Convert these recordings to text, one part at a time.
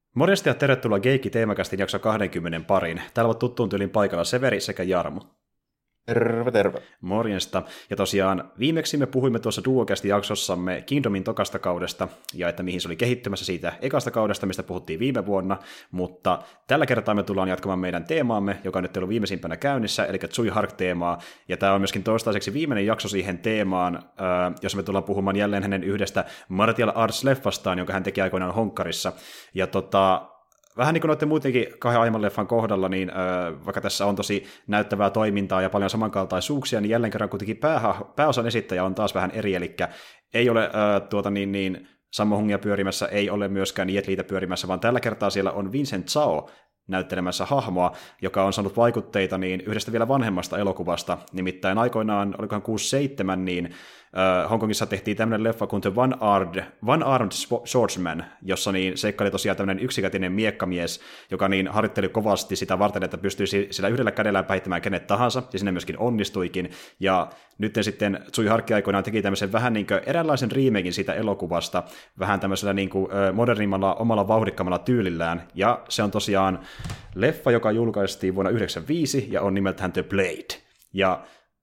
Morjesta ja tervetuloa Geekki Teemakästin jakso 20 pariin. Täällä ovat tuttuun tyylin paikalla Severi sekä Jarmo. Terve, terve. Morjesta. Ja tosiaan viimeksi me puhuimme tuossa Duokästi jaksossamme Kingdomin tokasta kaudesta, ja että mihin se oli kehittymässä siitä ekasta kaudesta, mistä puhuttiin viime vuonna, mutta tällä kertaa me tullaan jatkamaan meidän teemaamme, joka on nyt ollut viimeisimpänä käynnissä, eli Tsui Hark-teemaa, ja tämä on myöskin toistaiseksi viimeinen jakso siihen teemaan, jossa me tullaan puhumaan jälleen hänen yhdestä martial arts-leffastaan, jonka hän teki aikoinaan Honkkarissa, ja vähän niin kuin noiden muutenkin kahden aiemman leffan kohdalla, niin vaikka tässä on tosi näyttävää toimintaa ja paljon samankaltaisuuksia, niin jälleen kerran kuitenkin pääosan esittäjä on taas vähän eri, eli ei ole Sammo Hungia pyörimässä, ei ole myöskään Jet Liitä pyörimässä, vaan tällä kertaa siellä on Vincent Zhao näyttelemässä hahmoa, joka on saanut vaikutteita niin yhdestä vielä vanhemmasta elokuvasta, nimittäin aikoinaan, olikohan 67, niin Hongkongissa tehtiin tämmöinen leffa kuin The One-Armed Swordsman, jossa niin seikkaili tosiaan tämmöinen yksikätinen miekkamies, joka niin harjoitteli kovasti sitä varten, että pystyisi sillä yhdellä kädellään päihittämään kenet tahansa, ja sinne myöskin onnistuikin, ja nyt sitten Tsui Hark aikoinaan teki tämmöisen vähän niin kuin eräänlaisen remakein siitä elokuvasta, vähän tämmöisellä niin kuin modernimmalla, omalla vauhdikkamalla tyylillään, ja se on tosiaan leffa, joka julkaistiin vuonna 1995, ja on nimeltään The Blade, ja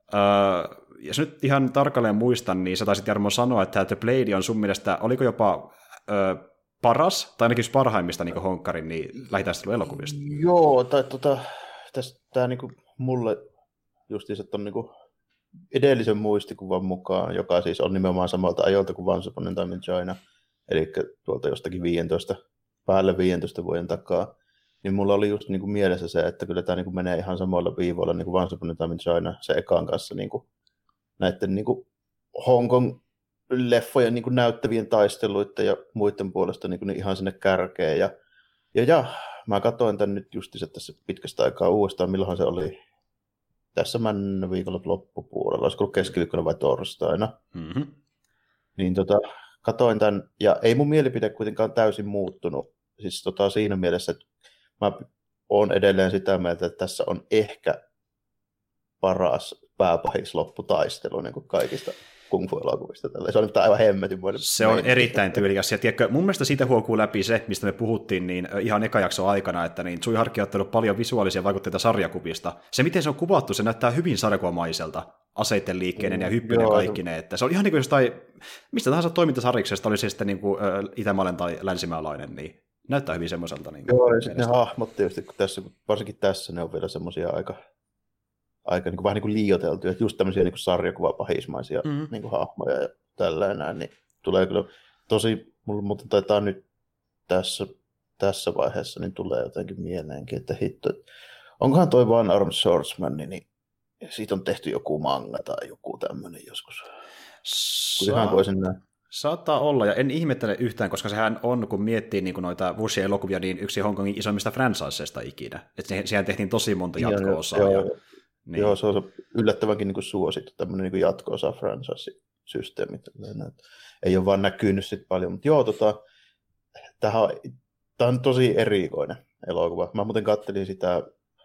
jos nyt ihan tarkalleen muistan, niin sä taisit Jarmo sanoa, että The Blade on sun mielestä, oliko jopa paras, tai ainakin parhaimmista niin Honkkarin niin lähitaistelun-elokuvista? Joo, tämä niinku mulle justiinsa ton niinku edellisen muistikuvan mukaan, joka siis on nimenomaan samalta ajoilta kuin Once Upon a Time in China, eli tuolta jostakin 15 vuoden takaa, niin mulla oli just niinku mielessä se, että kyllä tämä niinku menee ihan samoilla viivoilla niin kuin Once Upon a Time in China, se ekan kanssa niinku näiden niin Hongkong-leffojen niin näyttävien taisteluiden ja muiden puolesta niin ihan sinne kärkeen. Ja mä katsoin tämän nyt justiinsa tässä pitkästä aikaa uudestaan, milloinhan se oli tässä viikolla loppupuolella, olisiko ollut keskiviikkona vai torstaina. Mm-hmm. Niin katsoin tämän, ja ei mun mielipide kuitenkaan täysin muuttunut. Siis siinä mielessä, että mä oon edelleen sitä mieltä, että tässä on ehkä paras pääpahis lopputaistelu niin kuin kaikista kung fu-elokuvista. Se on aivan hemmetinmoinen. Se on erittäin tyylikäs. Ja tiedätkö, mun mielestä siitä huokuu läpi se, mistä me puhuttiin niin ihan eka jakson aikana, että niin Tsui Hark on ottanut paljon visuaalisia vaikutteita sarjakuvista. Se, miten se on kuvattu, se näyttää hyvin sarjakuvamaiselta. Aseitten liikkeinen ja hyppinen kaikkineen. Että se on ihan niin kuin jostain, mistä tahansa toimintasarjiksesta, oli se sitten niin kuin itämaalainen tai länsimaalainen, niin näyttää hyvin semmoiselta. Niin joo, ja sitten ne hahmot tietysti, varsinkin tässä ne on vielä semmoisia aika niin kuin, vähän niin kuin liioiteltuja, että just tämmöisiä niin kuin sarjakuvapahismaisia niin kuin hahmoja ja tällainen, niin tulee kyllä tosi, mulla muuten taitaa nyt tässä vaiheessa, niin tulee jotenkin mieleenkin, että hitto, onkohan toi One-Armed Swordsman, niin siitä on tehty joku manga tai joku tämmöinen joskus. Ihan voisin näin. Saattaa olla, ja en ihmettele yhtään, koska sehän on, kun miettii niin noita Wuxia elokuvia, niin yksi Hongkongin isoimmista franchiseista ikinä. Että siihen tehtiin tosi monta jatko-osaa. Niin. Joo, se on yllättävänkin niin suosittu tämmöinen niin jatko-osa franchise-systeemi. Ei ole vaan näkynyt sit paljon, mutta joo, tämä on tosi erikoinen elokuva. Mä muuten kattelin sitä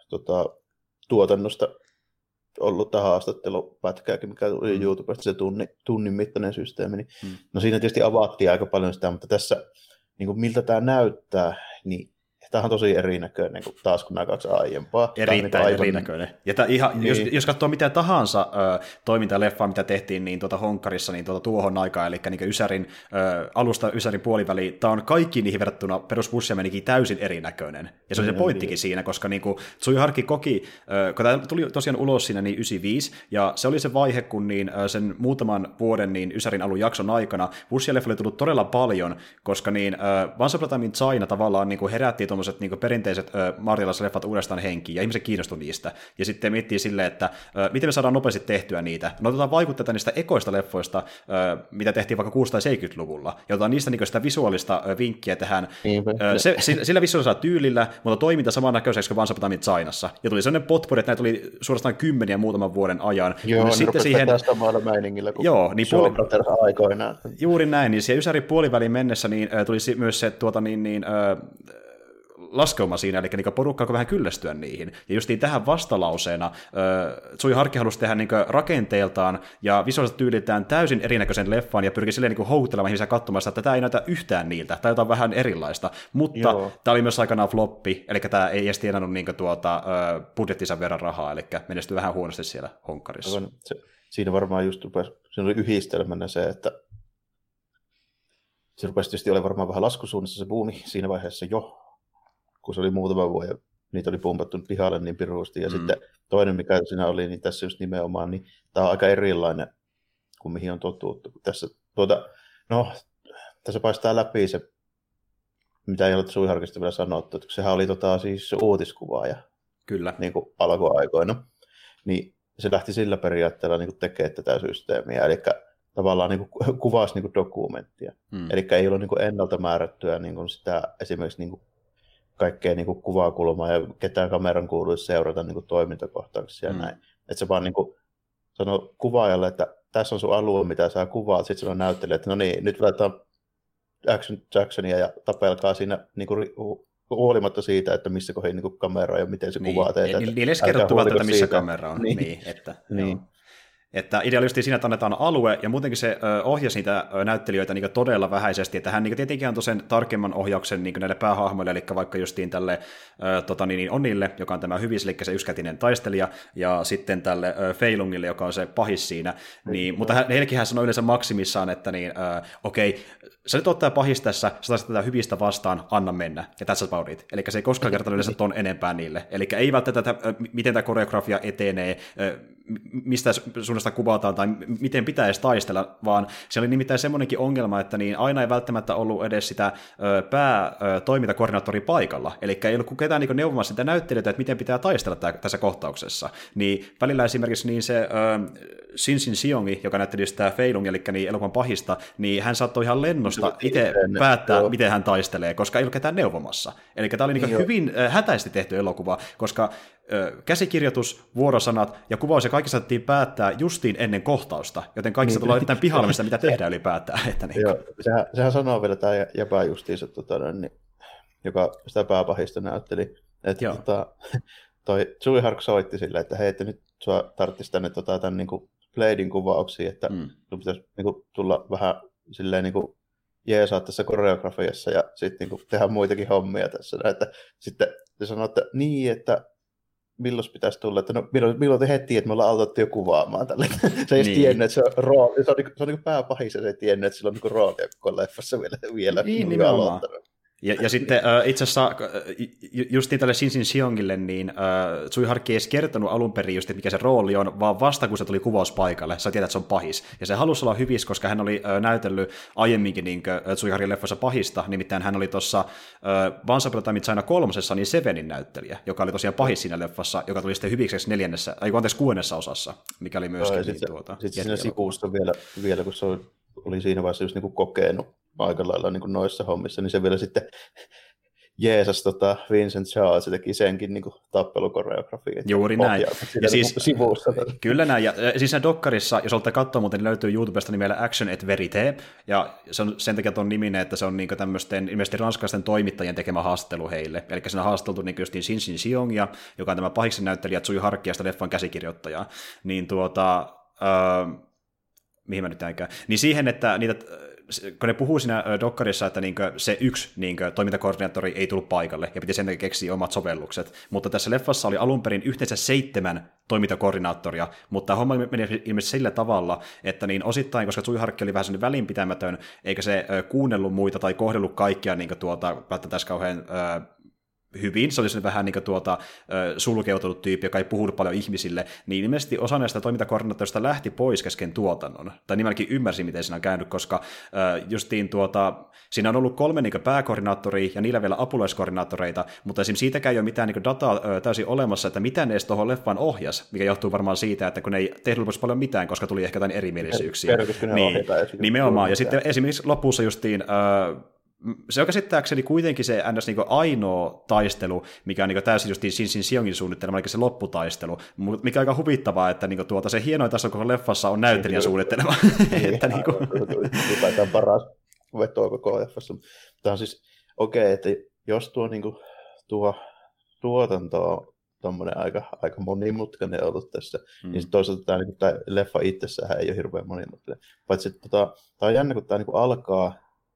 tuotannosta ollutta haastattelupätkääkin, mikä tuli YouTubesta, se tunnin mittainen systeemi. Niin, no siinä tietysti avattiin aika paljon sitä, mutta tässä, niin kuin miltä tämä näyttää, niin tämä on tosi erinäköinen taas kuin nämä kaksi aiempaa. Erittäin erinäköinen. Ja niin. jos katsoo mitä tahansa toimintaleffaa, mitä tehtiin niin Honkkarissa niin tuohon aikaan, eli niin alusta Ysärin puoliväliin, tämä on kaikki niihin verrattuna perus Buscemanikin täysin erinäköinen. Ja se on se pointtikin siinä, koska niin Tsui Hark koki, kun tämä tuli tosiaan ulos siinä niin 95, ja se oli se vaihe, kun niin, sen muutaman vuoden niin Ysärin alun jakson aikana Buscia-leffa oli tullut todella paljon, koska niin Once Upon a Time in China tavallaan niin herättiin tuommoiset niin perinteiset martialaisleffat uudestaan henkiin, ja ihmiset kiinnostui niistä. Ja sitten miettii silleen, että miten me saadaan nopeasti tehtyä niitä. No otetaan vaikutteita niistä ekoista leffoista, mitä tehtiin vaikka 60- tai 70-luvulla, ja otetaan niistä niin sitä visuaalista vinkkiä tähän. Sillä visuaalisella tyylillä, mutta toiminta samannäköiseksi kuin Once Upon a Time in Chinassa. Ja tuli sellainen potpuri, että näitä tuli suorastaan kymmeniä muutaman vuoden ajan. Joo, ne sitten siihen tästä maalla meiningillä, kun aikoinaan. Juuri näin, niin siihen Ysärin puolivälin mennessä niin tuli myös se laskeuma siinä, eli niin porukka alkoi vähän kyllästyä niihin. Ja justiin tähän vastalauseena Tsui Harkki halusi tehdä niin rakenteeltaan ja visuaalisesti tyyliltään täysin erinäköisen leffan ja pyrki silleen niin houkuttelemaan ihmisiä katsomaan, että tämä ei näytä yhtään niiltä, tai jotain vähän erilaista. Mutta tämä oli myös aikanaan floppi, eli tämä ei edes tienannut niin budjettinsa verran rahaa, eli menestyi vähän huonosti siellä honkkarissa. Siinä varmaan just siinä oli yhdistelmänä se, että se rupesi tietysti olemaan varmaan vähän laskusuunnassa se buumi siinä vaiheessa jo, kun se oli muutama vuoden, niitä oli pumpattu pihalle niin piruusti. Ja sitten toinen, mikä siinä oli, niin tässä just nimenomaan, niin tämä on aika erilainen kuin mihin on totuttu. Tässä, tässä paistaa läpi se, mitä ei ole Tsui Harkista vielä sanottu, että sehän oli siis uutiskuvaaja. Kyllä. Niin kuin alkuaikoina. Niin se lähti sillä periaatteella niin tekemään tätä systeemiä, eli tavallaan niin kuin kuvasi niin kuin dokumenttia. Eli ei ollut niin kuin ennalta määrättyä niin kuin sitä esimerkiksi niin kuin kaikkea niin kuin kuvakulmaa ja ketään kameran kuuluisi seurata niin kuin toimintakohtauksia ja näin. Että se vaan niin kuin sanoi kuvaajalle, että tässä on sun alue, mitä sä kuvaat, sitten sanoi näyttelijä, että no niin, nyt laitetaan Jacksonia ja tapelkaa siinä niin kuin huolimatta siitä, että missä kohdin niin kamera ja miten se kuvaa teitä. Niille edes kerrottu välttämättä, missä kamera on. Niin. Että idealisti siinä, että annetaan alue, ja muutenkin se ohjasi niitä näyttelijöitä niin todella vähäisesti, että hän niin tietenkin antoi sen tarkemman ohjauksen niin näille päähahmoille, eli vaikka justiin tälle Onille, joka on tämä hyvis, eli se yksikätinen taistelija, ja sitten tälle Feilungille, joka on se pahis siinä, niin, mutta heillekin hän sanoi yleensä maksimissaan, että okei, sä nyt oot tää pahis tässä, sä taisit tätä hyvistä vastaan, anna mennä, ja that's about it. Eli se ei koskaan kertonut yleensä ton enempää niille. Eli ei välttämättä, miten tämä koreografia etenee, mistä suunnasta kuvataan tai miten pitää edes taistella, vaan se oli nimittäin semmoinenkin ongelma, että niin aina ei välttämättä ollut edes sitä päätoimintakoordinaattoria paikalla, eli ei ollut ketään niin neuvomassa sitä näyttelijöitä, että miten pitää taistella tässä kohtauksessa. Niin välillä esimerkiksi niin se Shin Seongi, joka näytteli sitä Feilung, eli niin elokuvan pahista, niin hän saattoi ihan lennosta itse päättää, miten hän taistelee, koska ei ollut ketään neuvomassa. Eli tämä oli niin hyvin hätäisesti tehty elokuva, koska käsikirjoitus, vuorosanat ja kuvaus ja kaikki saatettiin päättää justiin ennen kohtausta, joten kaikista tulee erittäin pihalmista, mitä tehdään ylipäätään. Että niin. Joo, sehän sanoo vielä tämä jäpä justiinsa, joka sitä pääpahista näytteli, että toi Tsui Hark soitti silleen, että hei, että nyt sua tarvitsisi tänne tämän niin Bladein kuvauksiin, että sun pitäisi niin kuin, tulla vähän silleen niin kuin jeesaa tässä koreografiassa ja sitten niin tehdä muitakin hommia tässä. Että sitten se sanoi, että niin, että milloin pitäisi tulla, että no milloin te heti, että me ollaan aloitettu jo kuvaamaan tälle. Se ei tiennyt, että se on rooli, se on niin pääpahis, ja se ei tiennyt, että sillä on niin roolia koko leffassa vielä niin aloittanut. Ja sitten itse asiassa justiin tälle Shin Seongille, niin Tsui Harkki ei edes kertonut alun perin just, että mikä se rooli on, vaan vasta kun se tuli kuvauspaikalle, sä tiedät, että se on pahis. Ja se halusi olla hyvissä, koska hän oli näytellyt aiemminkin niin Tsui Harkin leffoissa pahista, nimittäin hän oli tuossa Once Upon a Time in China 3. niin Sevenin näyttelijä, joka oli tosiaan pahis siinä leffassa, joka tuli sitten hyviksi 6. osassa, mikä oli myöskin. Sitten siinä sivussa vielä, kun se oli siinä vaiheessa just niin kokenut aika lailla niin noissa hommissa, niin se vielä sitten jeesas Vincent Charles teki senkin niin tappelukoreografiin. Juuri näin. Ja siis, sivussa. Kyllä näin. Ja siis dokkarissa, jos olette katsoa muuten, niin löytyy YouTubesta nimellä Action et Verité, ja se on sen takia tuon niminen, että se on niin tämmöisten ilmeisesti ranskalaisten toimittajien tekemä haastattelu heille. Eli siinä on haastateltu niin justiin Shin Seongia, joka on tämä pahiksen näyttelijä Tsui Harkki ja sitä leffan käsikirjoittajaa. Niin mihin mä nyt jäinkään? Niin siihen, että niitä kun ne puhuu siinä dokkarissa, että se yksi toimintakoordinaattori ei tullut paikalle ja piti sen takia keksiä omat sovellukset, mutta tässä leffassa oli alun perin yhteensä 7 toimintakoordinaattoria, mutta homma meni ilmeisesti sillä tavalla, että niin osittain, koska Tsui Harkki oli vähän sellainen välinpitämätön, eikä se kuunnellut muita tai kohdellut kaikkia tässä kauhean hyvin, se oli vähän niin kuin sulkeutunut tyyppi, joka ei puhunut paljon ihmisille, niin ilmeisesti osa näistä toimintakoordinaattorista lähti pois kesken tuotannon. Tai nimelläkin ymmärsin, miten siinä on käynyt, koska justiin siinä on ollut 3 niin pääkoordinaattoria ja niillä vielä apulaiskoordinaattoreita, mutta esimerkiksi siitäkään ei ole mitään niin dataa täysin olemassa, että mitä ne edes tuohon leffaan ohjas, mikä johtuu varmaan siitä, että kun ne ei tehnyt lopuksi paljon mitään, koska tuli ehkä jotain erimielisyyksiä. Niin, nimenomaan. Ja sitten esimerkiksi lopussa justiin se on käsittääkseni kuitenkin se ns. Niin ainoa taistelu, mikä on niin täysin just Shin Seongin suunnittelema, eli se lopputaistelu, mikä on aika huvittavaa, että niin se hienoin taso koko leffassa on näyttelijän suunnittelema. Että ylipäätään paras vetoa koko leffassa. Tämä on siis okei, että jos tuotanto on tommoinen aika monimutkainen ollut tässä. Niin toisaalta tämä leffa itsessään ei ole hirveän monimutkainen. Paitsi että tämä on jännä, kun tämä niin alkaa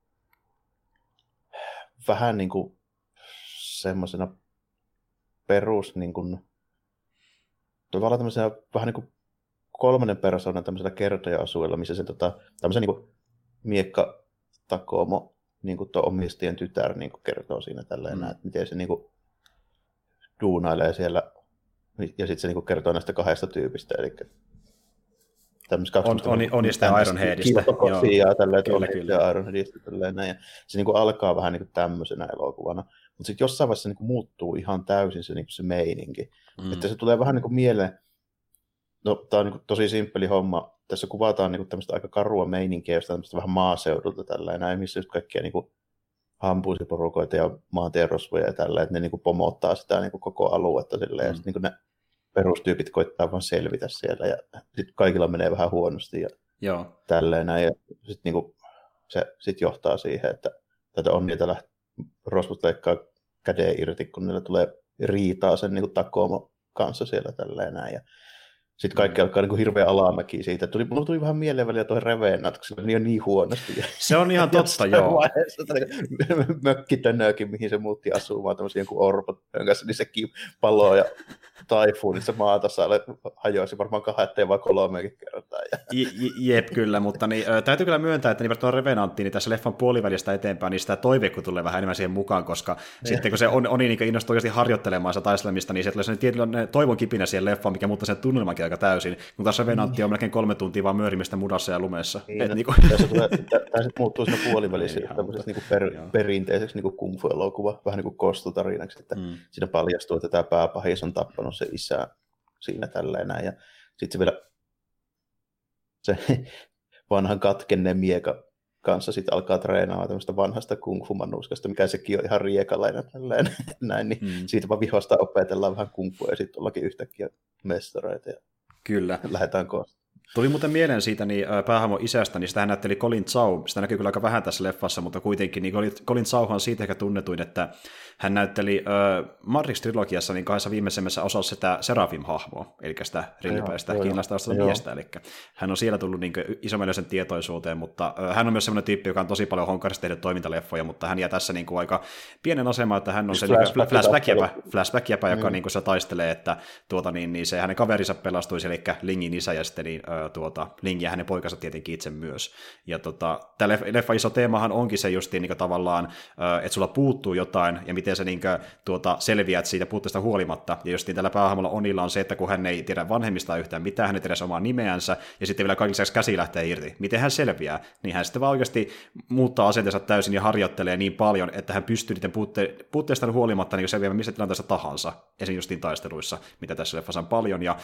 vähän niin kuin semmoisena perus niin kuin, tavallaan tämmöisenä vähän niin kuin kolmannen persoonan tämmöisellä kertoja-asuilla, missä se tämmöisen niin kuin Miekka Takomo, niin kuin tuo omistajien tytär niin kuin kertoo siinä tälleen, että miten se niin kuin duunailee siellä, ja sitten se niin kuin kertoo näistä kahdesta tyypistä, eli tämmöistä Onista Ironheadista. Ja tälleen, että Onista Ironheadista tälleen näin, ja se niin kuin alkaa vähän niin kuin tämmöisenä elokuvana, mutta sitten jossain vaiheessa se niin kuin muuttuu ihan täysin se, niin kuin se meininki, että se tulee vähän niin kuin mieleen. No, tämä on niin tosi simppeli homma. Tässä kuvataan niin tämmöistä aika karua meininkiä, josta tämmöistä vähän maaseudulta tällainen, missä just kaikkia niin hampuusiporukoita ja maantierosvoja ja tällä, että ne niin pomottaa sitä niin koko aluetta silleen, ja sitten niin ne perustyypit koittaa vaan selvitä siellä, ja sitten kaikilla menee vähän huonosti ja tälleen näin, ja sitten niin se sit johtaa siihen, että tätä on niitä rosvot leikkaa käden irti, kun niillä tulee riitaa sen niin Takomo kanssa siellä tälleen näin, ja sitten kaikki alkaa niin kuin hirveä alamäki siitä. Mulla tuli vähän mieleen väliä tuohon Revenant, koska se on niin huonosti. Se on ihan totta, joo. Mökkitönökin, mihin se muutti asumaan, tämmöisiä jonkun orpot kanssa, niin sekin paloo ja Taifuunissa maatasalle hajoisi varmaan 2 vai 3 kertaa. Jep, kyllä, mutta niin, täytyy kyllä myöntää, että niin Revenanttiin, niin tässä leffan puolivälistä eteenpäin, niin sitä toiveikku tulee vähän enemmän siihen mukaan, koska sitten kun se Oni niin innostui oikeasti harjoittelemaan sitä taistelemista, niin se tulee sellainen tietynlainen toivon kipinä siihen leffaan, mikä muuttaa sen tunnelmankin aika täysin, kun taas Revenantti on melkein 3 tuntia vaan myörimistä mudassa ja lumessa. Tämä sitten muuttuu siinä puolivälissä niin perinteiseksi niin kung fu-elokuva, vähän niin kuin kostotarinaksi, että siinä paljastuu, että tämä pääpahis on tappanut se isä siinä tälleen näin, ja sitten se vielä se vanhan katkenneen Mieka kanssa sitten alkaa treenaamaan tämmöistä vanhasta kung fu-manuskasta, mikä sekin on ihan riekalainen tälleen näin, niin siitä vaan vihosta opetellaan vähän kung fua, ja sitten ollakin yhtäkkiä mestareita, ja kyllä. Lähdetään koosta. Tuli muuten mieleen siitä niin päähahmon isästä, niin sitä hän näytteli Colin Zhao. Sitä näkyy kyllä aika vähän tässä leffassa, mutta kuitenkin niin Colin Zhao on siitä ehkä tunnetuin, että hän näytteli Matrix-trilogiassa niin 2 viimeisemmässä osassa sitä Serafim-hahmoa, eli sitä rillipäistä kiinalaista miestä. Eli hän on siellä tullut niin isomielisen tietoisuuteen, mutta hän on myös sellainen tyyppi, joka on tosi paljon honkarista tehnyt toimintaleffoja, mutta hän jää tässä niin kuin aika pienen asemaan, että hän on se flashback-jäpä, joka niin kuin se taistelee, että niin se hänen kaverinsa pelastuisi, eli Lingin isä ja sitten niin, Ling ja hänen poikansa tietenkin itse myös. Ja tämä leffa iso teemahan onkin se justiin niin tavallaan, että sulla puuttuu jotain, ja miten sä niin selviät siitä puutteesta huolimatta. Ja justiin tällä päähahmolla Onilla on se, että kun hän ei tiedä vanhemmista yhtään mitään, hän ei tiedä omaa nimeänsä, ja sitten vielä kaiken lisäksi käsi lähtee irti. Miten hän selviää? Niin hän sitten vaan oikeasti muuttaa asenteensa täysin ja harjoittelee niin paljon, että hän pystyy niiden puutteestaan huolimatta niin selviämään missä tilanteessa tahansa, esim. Justiin taisteluissa, mitä tässä leffassa on paljon. Ja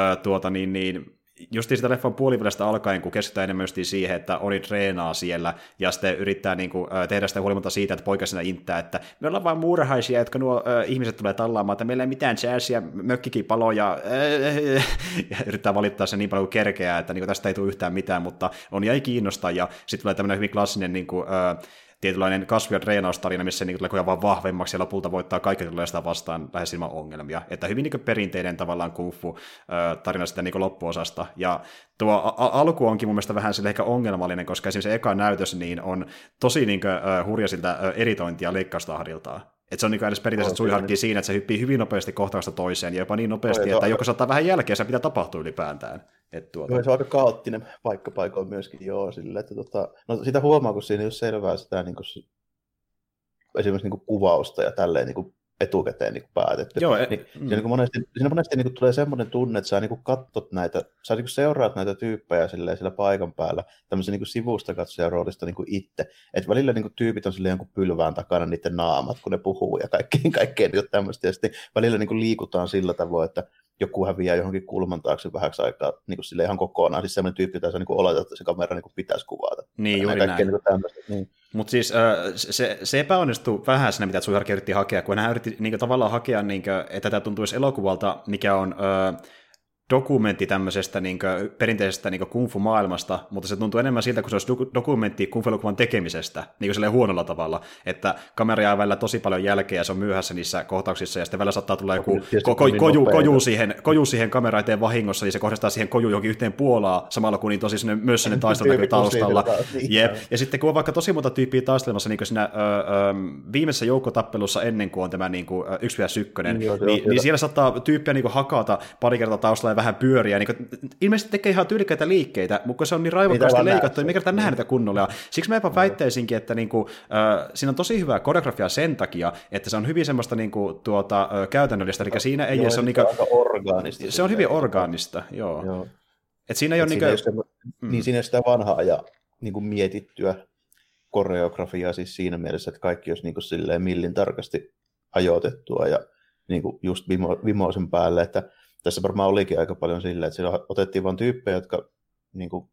justiin sitä leffan puolivälistä alkaen, kun keskitytään enemmän justiin siihen, että Oni treenaa siellä, ja sitten yrittää niin kuin, tehdä sitä huolimatta siitä, että poika siinä inttää, että me ollaan vain muurahaisia, jotka nuo ihmiset tulee tallaamaan, että meillä ei mitään jazzia, mökkikin paloja, ja yrittää valittaa sen niin paljon kuin kerkeää, että niin kuin, tästä ei tule yhtään mitään, mutta Oni ei kiinnosta, ja sitten tulee tämmöinen hyvin klassinen niin kuin, tietynlainen kasvu- ja treenaustarina, missä se niin tulee vaan vahvemmaksi ja lopulta voittaa kaikki tulee sitä vastaan lähes ilman ongelmia. Että hyvin niin perinteinen tavallaan kung fu-tarina sitten niin loppuosasta. Ja tuo alku onkin mun mielestä vähän sille ehkä ongelmallinen, koska esimerkiksi se eka näytös niin on tosi niin hurja siltä editointia leikkaustahdiltaan. Että se on niin edes perinteisesti suiharttiin siinä, että se hyppii hyvin nopeasti kohtausta toiseen, ja jopa niin nopeasti, että joko saattaa vähän jälkeen, se pitää tapahtua ylipäätään. Joo, se on aika kaoottinen paikkapaikoin myöskin, joo, sille, että no sitä huomaa, kun siinä ei ole selvää sitä niin kuin, esimerkiksi niin kuin kuvausta ja tälleen niin kuin etukäteen niin kuin päätetty. Joo, niin kuin monesti niin kuin tulee semmoinen tunne, että sä niin kuin katsot näitä, sä niin kuin seuraat näitä tyyppejä silleen, sillä paikan päällä tämmöisen niin kuin sivusta katsojan roolista niin kuin itse. Että välillä niin kuin tyypit on silleen jonkun pylvään takana niiden naamat, kun ne puhuu ja kaikkea niin tämmöistä. Ja sitten välillä niin kuin liikutaan sillä tavoin, että joku häviää johonkin kulman taakse vähäksi aikaa niin kuin ihan kokonaan. Siis semmoinen tyyppi, jota sä niin oletat, että se kamera niin kuin pitäisi kuvata. Niin, juuri näin. Niin. Mutta siis se epäonnistui vähän siinä, mitä Suiharki yritti hakea, kun hän yritti tavallaan hakea, että tämä tuntuisi elokuvalta, mikä on dokumentti tämmöisestä niin kuin, perinteisestä niin kuin kung-fu-maailmasta, mutta se tuntuu enemmän siltä, kun se olisi dokumentti kung-fu-elokuvan tekemisestä, niin kuin silleen huonolla tavalla, että kamera jää välillä tosi paljon jälkeen ja se on myöhässä niissä kohtauksissa, ja sitten välillä saattaa tulla joku koju siihen kameraan eteen vahingossa, niin se kohdistaa siihen kojuun johonkin yhteen puolaa, samalla kun niin tosi myös sinne taistelu näkyy taustalla. Jep. Ja sitten kun on vaikka tosi monta tyyppiä taistelemassa niin kuin siinä viimeisessä joukkotappelussa ennen kuin on tämä niin kuin 1vs1, niin siellä saattaa tyyppiä niin kuin hakata pari kertaa taustalla ja vähän pyöriä. Niin kuin, ilmeisesti tekee ihan tyylikkäitä liikkeitä, mutta kun se on niin raivokkaasti leikattu, niin me kertaan nähdä niitä kunnolla. Ja siksi mä jopa väittäisinkin, että niin kuin, siinä on tosi hyvää koreografia sen takia, että se on hyvin semmoista niin kuin, käytännöllistä, eli siinä ei ole... Se on, niin kuin, orgaanista. Se on hyvin orgaanista, joo. Et siinä ei ole niin siinä ei sitä vanhaa ja niin kuin mietittyä koreografiaa siis siinä mielessä, että kaikki olisi niin kuin silleen millin tarkasti ajoitettua ja niin kuin just vimoisen päälle, että tässä varmaan olikin aika paljon silleen, että siellä otettiin vain tyyppejä, jotka niin kuin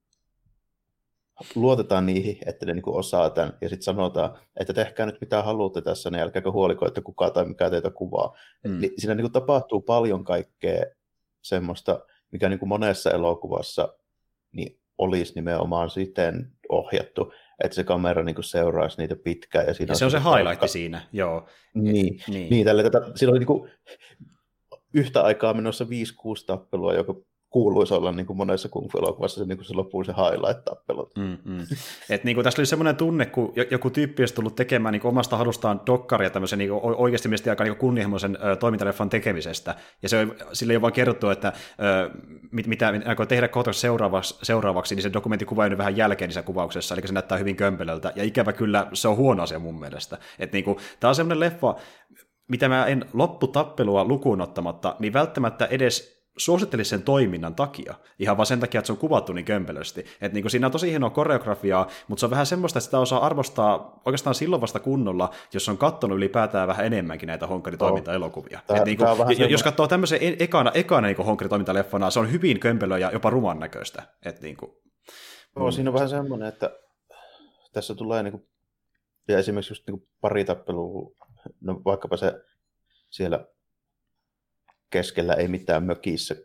luotetaan niihin, että ne niin kuin osaa tämän, ja sitten sanotaan, että tehkää nyt mitä haluatte tässä, niin älkääkö huoliko, että kuka tai mikä teitä kuvaa. Siinä niin kuin tapahtuu paljon kaikkea semmoista, mikä niin kuin monessa elokuvassa niin olisi nimenomaan siten ohjattu, että se kamera niin kuin seuraisi niitä pitkään. Ja se on se highlight siinä, joo. Niin. Siinä oli niin kuin yhtä aikaa menossa 5-6 tappelua, joka kuuluisi olla niin kuin monessa kung-fu-elokuvassa se, niin kuin se loppuu se highlight-tappelu. Et niin kuin tässä oli semmoinen tunne, kun joku tyyppi olisi tullut tekemään niin kuin omasta halustaan dokkaria tämmöisen niin oikeasti mielestäni aika niin kunnianhimoisen toimintaleffan tekemisestä. Ja sille ei ole vaan kerrottu, että mitä aikoo tehdä kohtaisesti seuraavaksi, niin se dokumentti kuvaa nyt vähän jälkeen niissä kuvauksessa, eli se näyttää hyvin kömpelöltä. Ja ikävä kyllä, se on huono asia mun mielestä. Että niin kuin, tämä on semmoinen leffa, mitä mä en lopputappelua lukuun ottamatta, niin välttämättä edes suosittelisi sen toiminnan takia, ihan vaan sen takia, että se on kuvattu niin kömpelösti. Että niin siinä on tosi hienoa koreografiaa, mutta se on vähän semmoista, että sitä osaa arvostaa oikeastaan silloin vasta kunnolla, jos on katsonut ylipäätään vähän enemmänkin näitä honkkaritoimintaelokuvia. Jos katsoo tämmöisen ekana niin honkkaritoimintaleffona, se on hyvin kömpelöä ja jopa ruman näköistä. Siinä on vähän semmoinen, että tässä tulee niin kuin, ja esimerkiksi just niin kuin pari tappelua, no vaikkapa se siellä keskellä ei mitään mökissä,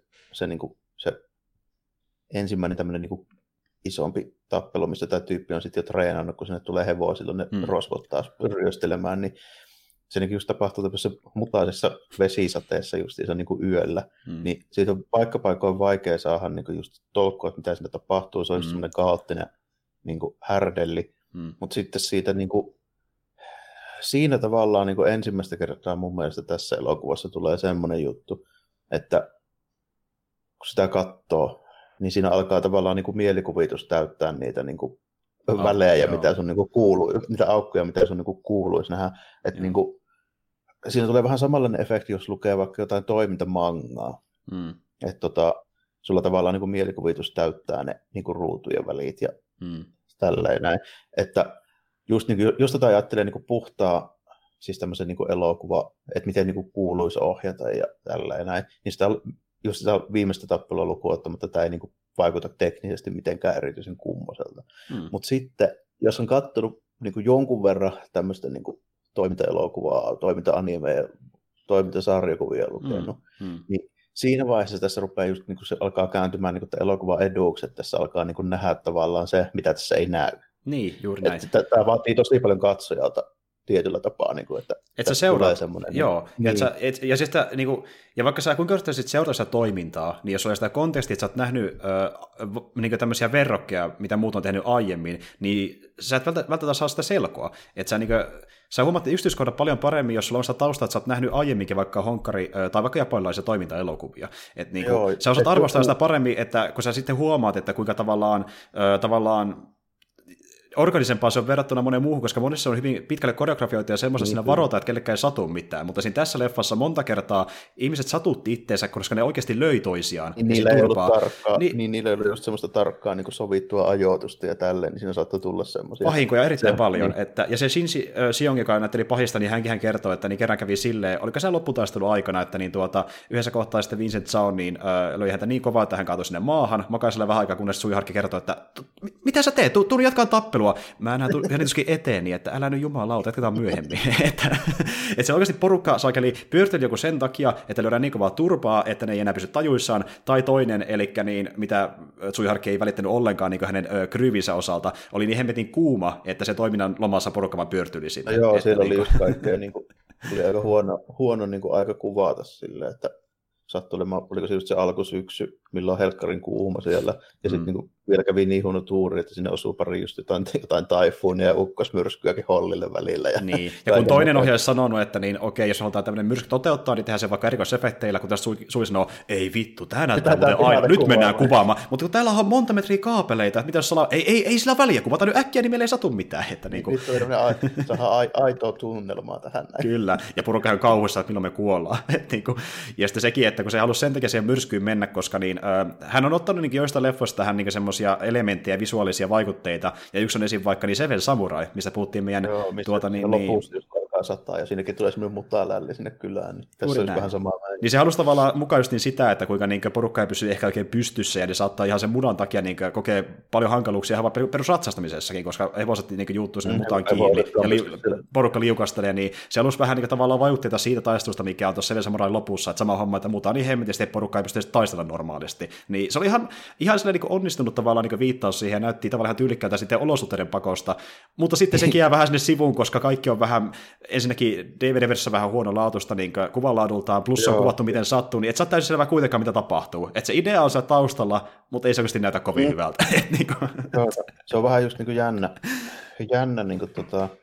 se ensimmäinen tämmöinen niin kuin isompi tappelu, missä tämä tyyppi on sitten jo treenannut, kun sinne tulee hevosilla, ne rosvot taas ryöstelemään, niin se just tapahtuu tämmöisessä mutaisessa vesisateessa justiinsa niin kuin yöllä, niin siitä on paikkapaikoin vaikea saada niin kuin just tolkkua, että mitä siinä tapahtuu, se on semmoinen kaoottinen niin kuin härdelli, mutta sitten siitä niin kuin siinä tavallaan niin kuin ensimmäistä kertaa mun mielestä tässä elokuvassa tulee semmoinen juttu, että kun sitä katsoo, niin siinä alkaa tavallaan niin kuin mielikuvitus täyttää niitä niin kuin välejä, mitä sun niin kuin kuuluu, niitä aukkoja, mitä sun niin kuin kuuluisi nähdä. Että niin kuin, siinä tulee vähän samanlainen efekti, jos lukee vaikka jotain toimintamangaa. Että sulla tavallaan niin kuin mielikuvitus täyttää ne niin kuin ruutujen välit ja tälleen näin. Että just niin kuin, jos tätä ajattelee niin kuin puhtaa, siis tämmöisen niin kuin elokuva, että miten niin kuin kuuluisi ohjata ja tälleen näin, niin just sitä viimeistä tappelua lukuun ottamatta tämä ei niin kuin vaikuta teknisesti mitenkään erityisen kummoselta. Mutta sitten, jos on katsonut niin kuin jonkun verran tämmöistä niin kuin toimintaelokuvaa, toiminta-animea, toimintasarjakuvia lukenut, niin siinä vaiheessa tässä rupeaa just niin kuin se alkaa kääntymään niin kuin elokuvan eduksi, että tässä alkaa niin kuin nähdä tavallaan se, mitä tässä ei näy. Niin, juuri näin. Tämä vaatii tosi paljon katsojalta tietyllä tapaa, niin kuin, että sä seuraat semmoinen. Joo, niin. Ja, siis sitä, niin kuin, ja vaikka sä kuinka yrittäisit seurata sitä toimintaa, niin jos on sitä kontekstia, että sä oot nähnyt niin tämmöisiä verrokkeja, mitä muut on tehnyt aiemmin, niin sä et välttämättä saa sitä selkoa. Että sä huomaat yksityiskohdat paljon paremmin, jos sulla on sitä taustaa, että sä oot nähnyt aiemminkin vaikka honkkari tai vaikka japanilaisia toimintaelokuvia. Että niin kuin, sä osaat arvostaa sitä paremmin, että kun sä sitten huomaat, että kuinka tavallaan organisempaa se on verrattuna moneen muuhun, koska monissa on hyvin pitkälle koreografioita ja semmoista siinä varotaan, että kellekään ei satu mitään, mutta siinä tässä leffassa monta kertaa ihmiset satutti itteensä, koska ne oikeasti löi toisiaan. Niin niillä ei ollut niillä ei ollut just semmoista tarkkaa niin sovittua ajoitusta ja tälleen, niin siinä saattoi tulla semmoisia. Vahinkoja erittäin paljon. Niin. Ja se Shinji Seong, joka näytteli pahista, niin hänkin kertoi, että niin kerran kävi silleen, oliko se lopputaistelun aikana, että niin yhdessä kohtaa sitten Vincent Zhao niin, löi häntä niin kovaa, että hän kaatui sinne maahan, makaiselle vähän aikaa, kunnes Suiharki kertoi, että mitä sä teet, tuu jatkaa tappelua. tappelua, mä näen tuskin eteen, niin että älä nyt jumalauta, jatketaan myöhemmin. että se oikeasti porukka saakeli pyörteli joku sen takia, että löydään niin kovaa turpaa, että ne ei enää pysy tajuissaan, tai toinen, eli niin, mitä Tsuiharki ei välittänyt ollenkaan niin hänen kryyvinsä osalta, oli niin hemmetin kuuma, että se toiminnan lomassa porukka vaan pyörtyli sinne. No joo, siellä oli just kaikkea, niin kuin, oli aika huono niin kuin aika kuvata silleen, että sattui olemaan, oliko se just se alkusyksy, milloin on helkkarin kuuma siellä, ja sitten niin vielä kävi niin huono tuuri, että sinne osuu pari just jotain taifuunia ja ukkosmyrskyäkin hollille välillä. Niin, ja kun toinen ohjaaja olisi sanonut, että niin, okei, jos halutaan tämmöinen myrsky toteuttaa, niin tehdään se vaikka erikoisefekteillä, kun tässä Sui sanoo, ei vittu, tämä näyttää muuten aina, nyt mennään kuvaamaan, mutta kun täällä on monta metriä kaapeleita, että mitä jos ei sillä väliä, kuvataan nyt äkkiä, niin meillä ei satu mitään. Että niin kuin... Nyt saadaan aitoa tunnelmaa tähän näin. Kyllä, ja porukka on kauhuissaan, että milloin me kuollaan. Niin kuin, ja sitten sekin, että kun se halusi sen takia siihen myrskyyn mennä, koska niin, hän on ottanut niin joista leffoista tähän niin semmoisia elementtejä, visuaalisia vaikutteita, ja yksi on esim. Vaikka niin Seven Samurai, mistä puhuttiin meidän... Joo, lopussa just alkaa sataa, ja siinäkin tulee semmoinen mutalälli sinne kylään, niin tässä olisi vähän samaa väin. Niin se halusi tavallaan mukaan just niin sitä, että kuinka niin porukka ei pysy ehkä oikein pystyssä, ja ne saattaa ihan sen mudan takia niin kokea paljon hankaluuksia ihan perusratsastamisessakin, koska hevoset niin juuttuu sinne mutaan kiinni, ja porukka liukastelee, niin se halusi vähän niin tavallaan vaikutteita siitä taistelusta, mikä on tuossa Seven Samurai lopussa, että sama homma, että muuta niin hemmetisti, että porukka ei pysty taistella normaalisti. Niin se oli ihan niin onnistunut tavallaan niin viittaus siihen, ja näytti tavallaan ihan tyylikkäältä sitten olosuhteiden pakosta, mutta sitten sekin jää vähän sinne sivuun, koska kaikki on vähän, ensinnäkin DVD-versiossa vähän huonolaatuista niin kuvanlaadultaan, plus on kuvattu miten sattuu, niin et saa täysin selvää kuitenkaan mitä tapahtuu. Että se idea on siellä taustalla, mutta ei se oikeasti näytä kovin hyvältä. Se on vähän just niin kuin jännä niin kuin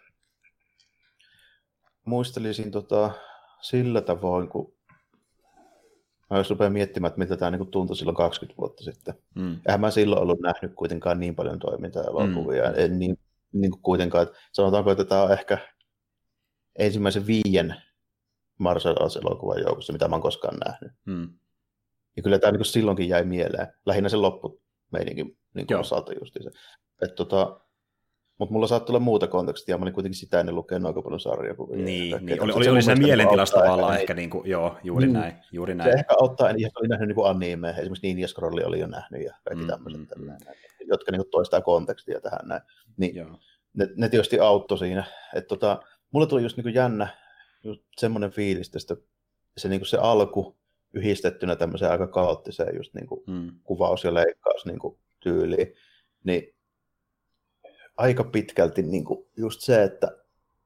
muistelisin sillä tavoin, kun mä jos rupean miettimään, että miltä tämä niin tuntui silloin 20 vuotta sitten. Eihän mä silloin ollut nähnyt kuitenkaan niin paljon toiminta-elokuvia. En niin kuin kuitenkaan, että sanotaanko, että tämä on ehkä ensimmäisen 5 martial arts-elokuvan joukossa, mitä mä oon koskaan nähnyt. Ja kyllä tämä niin silloinkin jäi mieleen. Lähinnä se loppumeininkin niin osalta justiinsa. Mutta mulla saattoi olla muuta kontekstia, ja mä olin kuitenkin sitä ennen lukenut aika paljon sarjakuvia. Niin. Oli se mielentilasta tavallaan ehkä, niin kuin, joo, juuri näin. Se ehkä auttaa, ja oli nähnyt niin anime, esimerkiksi Ninja Scrolli oli jo nähnyt, ja kaikki tämmöiset, jotka niin toistaa kontekstia tähän näin. Niin, ne tietysti auttoi siinä. Että mulle tuli just niin jännä just semmoinen fiilis tästä, se, niin se alku yhdistettynä tämmöiseen aika kaoottiseen just niin kuvaus- ja leikkaus niin tyyliin, niin aika pitkälti niin just se, että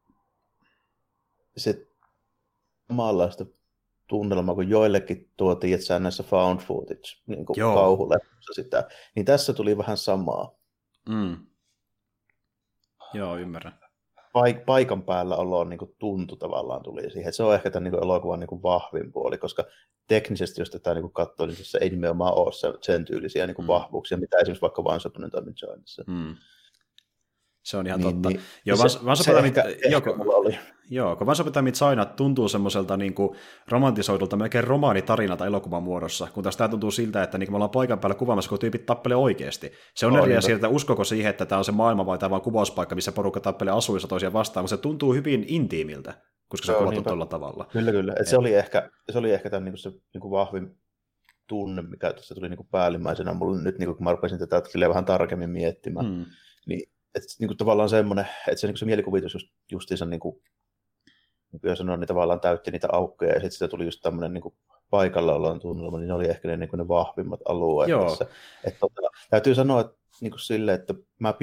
se samanlaista tunnelmaa, kun joillekin tuotiin, että sä näissä found footage niin kauhulepossa sitä, niin tässä tuli vähän samaa. Joo, ymmärrän. Paikan päällä olo niin tuntu tavallaan tuli siihen. Se on ehkä tämän niin elokuvan niin vahvin puoli, koska teknisesti, jos tätä niin katsoo, niin se ei nimenomaan ole sen tyylisiä niin vahvuuksia, mitä esimerkiksi vaikka Once Upon a Time in Chinassa. Se on ihan totta. Kun Once Upon a Time in China tuntuu semmoiselta niin romantisoidulta, melkein romaanitarinalta elokuvan muodossa, kun taas tämä tuntuu siltä, että niin me ollaan paikan päällä kuvaamassa, kun tyypit tappelee oikeasti. Se on eri asia, että uskoko siihen, että tämä on se maailma vai tämä on kuvauspaikka, missä porukka tappelee asuissa toisia vastaan, mutta se tuntuu hyvin intiimiltä, koska se on kuvattu tuolla tavalla. Kyllä. Se oli ehkä tämän se vahvin tunne, mikä tässä tuli päällimmäisenä mulle nyt, kun mä rupesin tätä vähän tarkemmin miettimään. Niin, että tavallaan semmoinen, että se mielikuvitus justiinsa jos sanoin, niin tavallaan täytti niitä aukkoja, ja sitten sitä tuli just tämmöinen paikalla ollaan tunnelma, niin ne oli ehkä ne vahvimmat alueet tässä. Täytyy sanoa, että silleen, että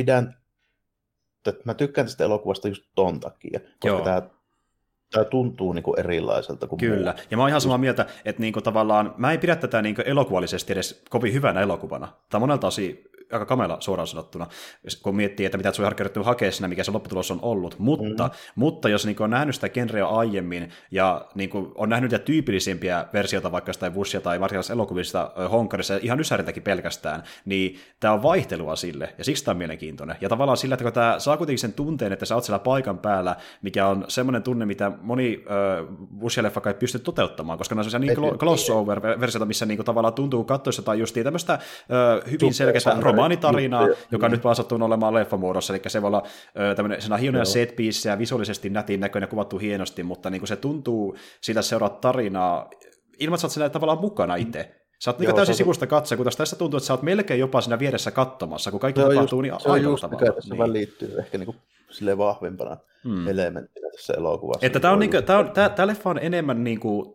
mä tykkään tästä elokuvasta just ton takia, koska tämä tuntuu erilaiselta kuin Kyllä, ja mä oon ihan samaa mieltä, että tavallaan mä en pidä tätä elokuvallisesti edes kovin hyvänä elokuvana. Tämä on monelta osin aika kamela suoraan sanottuna, kun miettii, että mitä Tsuiharki yrittää hakea siinä, mikä se lopputulos on ollut. Mutta jos on nähnyt sitä genreä aiemmin, ja on nähnyt niitä tyypillisimpiä versioita vaikka sitä Bushia tai varsinaisista elokuvista Honkarissa, ihan Ysärintäkin pelkästään, niin tämä on vaihtelua sille, ja siksi tämä on mielenkiintoinen. Ja tavallaan sillä, että kun tämä saa kuitenkin sen tunteen, että sä oot siellä paikan päällä, mikä on semmoinen tunne, mitä moni Bushia-leffa ei pysty toteuttamaan, koska ne on sellaisia crossover-versioita, missä tavallaan tuntuu katsoessa tai justiin tämmöistä hyvin selkeästä romaanitarinaa, joka nyt vaan sattuu olemaan leffamuodossa, eli se voi olla tämmöinen hieno set piece ja visuaalisesti nätin näköinen kuvattu hienosti, mutta se tuntuu siltä seuraa tarinaa, ilman että sä oot siellä tavallaan mukana itse. Sä oot niin täysin sivusta katsoa, kun tässä tuntuu, että sä oot melkein jopa siinä vieressä katsomassa, kun kaikki tapahtuu niin aidolla tavalla. Se on just mikä tässä vaan liittyy ehkä niin silleen vahvimpana elementtinä tässä elokuvassa. Että tämä leffa on enemmän niin kuin,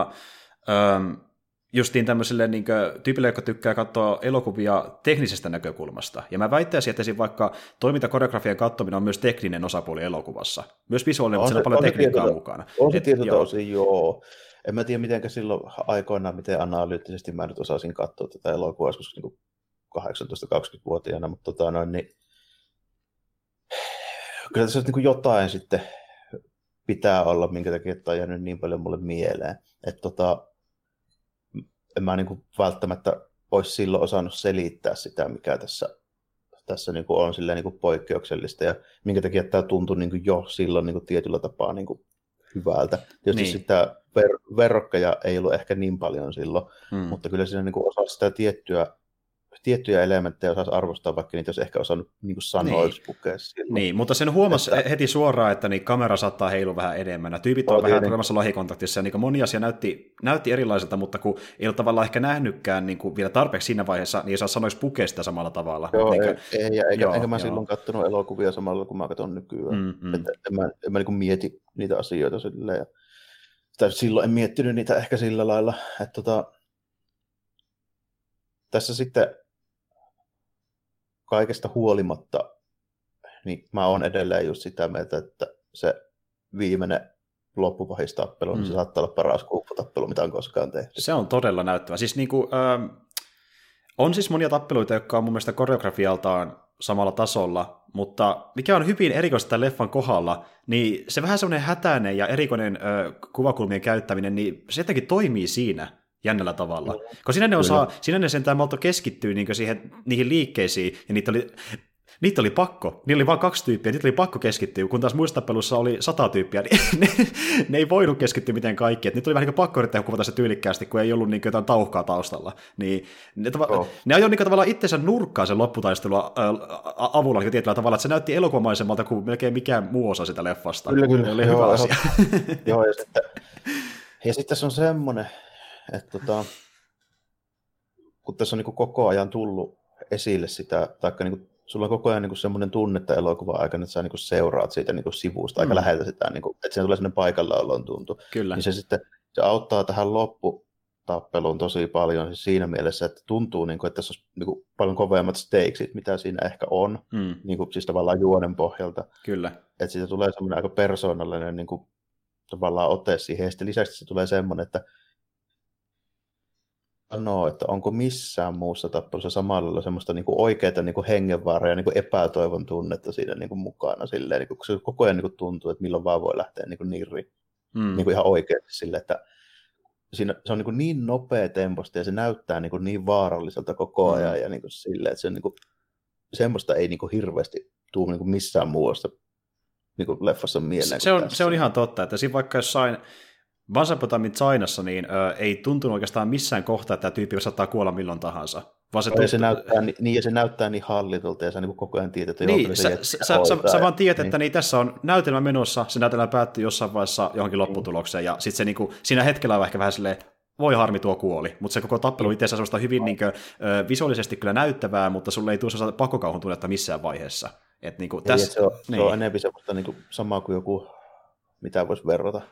justiin tämmöiselle niin tyypille, joka tykkää katsoa elokuvia teknisestä näkökulmasta. Ja mä väittäisin, että vaikka toimintakoreografian katsominen on myös tekninen osapuoli elokuvassa. Myös visuaalinen, mutta siinä on paljon tekniikkaa mukana. On se tietyltä osin, joo. En mä tiedä, miten silloin aikoinaan, miten analyyttisesti mä nyt osasin katsoa tätä elokuvaa, koska niin 18-20-vuotiaana, mutta niin, kyllä tässä niin jotain sitten pitää olla, minkä takia tämä on jäänyt niin paljon mulle mieleen. Että en mä niin välttämättä olisi silloin osannut selittää sitä, mikä tässä niin on silleen niin poikkeuksellista ja minkä takia tämä tuntui niin jo silloin niin tietyllä tapaa niin hyvältä. Tietysti sitä verrokkeja ei ollut ehkä niin paljon silloin, mutta kyllä siinä niin osasi sitä tiettyjä elementtejä osasi arvostaa, vaikka niitä olisi ehkä osannut niin sanoiksi pukea silloin. Niin, mutta sen huomasi heti suoraan, että niin kamera saattaa heilua vähän enemmän. Tyypit on vähän tulemassa lohikontaktissa, ja niin moni asia näytti erilaiselta, mutta kun ei ole tavallaan ehkä nähnytkään niin vielä tarpeeksi siinä vaiheessa, niin ei saa sanoiksi pukea sitä samalla tavalla. Joo, enkä mä silloin katsonut elokuvia samalla, kun mä katson nykyään. Että en mä niin mieti niitä asioita silleen. Tai silloin en miettinyt niitä ehkä sillä lailla, että tässä sitten kaikesta huolimatta, niin mä oon edelleen just sitä mieltä, että se viimeinen loppupahistappelu, niin se saattaa olla paras kuupputappelu, mitä on koskaan tehty. Se on todella näyttävä. Siis on siis monia tappeluita, jotka on mun mielestä koreografialtaan samalla tasolla, mutta mikä on hyvin erikoista tämän leffan kohdalla, niin se vähän semmoinen hätäinen ja erikoinen kuvakulmien käyttäminen, niin se jotenkin toimii siinä jännällä tavalla. Koska siinä ne sentään malto keskittyy niihin liikkeisiin, ja niitä oli pakko. Niillä oli vain 2 tyyppiä, niitä oli pakko keskittyä, kun taas muissa tappeluissa oli 100 tyyppiä, niin ne ei voinut keskittyä miten kaikki. Niitä oli vähän niin pakko yrittää kuvata se tyylikkäästi, kun ei ollut niin jotain tauhkaa taustalla. Niin, ne ajoi niin tavallaan itsensä nurkkaan sen lopputaistelun avulla niin tietyllä tavalla, että se näytti elokuvamaisemmalta kuin melkein mikään muu osa sitä leffasta. Kyllä. Oli hyvä asia. Joo, ja sitten tässä on semmoinen, että kun tässä on niin koko ajan tullut esille sitä, taikka niin sulla on koko ajan niin semmoinen tunnetta elokuvan aikana, että sä niin seuraat siitä niin sivusta aika läheltä sitä, niin että siinä tulee semmoinen paikallaolon tuntu. Kyllä. Niin se auttaa tähän lopputappeluun tosi paljon siis siinä mielessä, että tuntuu, niin kuin, että tässä olisi paljon kovemmat stakesit, mitä siinä ehkä on, niin kuin, siis tavallaan juonen pohjalta. Kyllä. Että siitä tulee semmoinen aika persoonallinen niin kuin, tavallaan ote siihen, ja sitten lisäksi se tulee semmoinen, että sanoo, että onko missään muussa tappelussa samalla lailla semmoista niin oikeaa niin hengenvaaraa ja niin epätoivon tunnetta siinä niin mukana. Silleen, niin kun se koko ajan niin tuntuu, että milloin vaan voi lähteä niin ihan oikeasti sille, että siinä, se on niin nopea temposta ja se näyttää niin vaaralliselta koko ajan ja niin silleen, että se on, semmoista ei niin hirveästi tule niin missään muussa niin leffassa mieleen. Se on ihan totta, että siinä vaikka jossain Once Upon a Time in Chinassa, niin ei tuntunut oikeastaan missään kohtaa, että tämä tyyppi saattaa kuolla milloin tahansa. Vaan se näyttää niin hallitulta, ja sä niin koko ajan tiedät, että niin, sä vaan tiedät, että niin, tässä on näytelmä menossa, se näytelmä päättyy jossain vaiheessa johonkin lopputulokseen, ja sitten se niin kuin, siinä hetkellä on ehkä vähän silleen, voi harmi tuo kuoli, mutta se koko tappelu itse asiassa on hyvin niin kuin, visuaalisesti kyllä näyttävää, mutta sulle ei tule sellaista pakkokauhun tunnetta missään vaiheessa. Niin kuin, se on enemmän semmoista niin samaa kuin joku, mitä voisi verrata.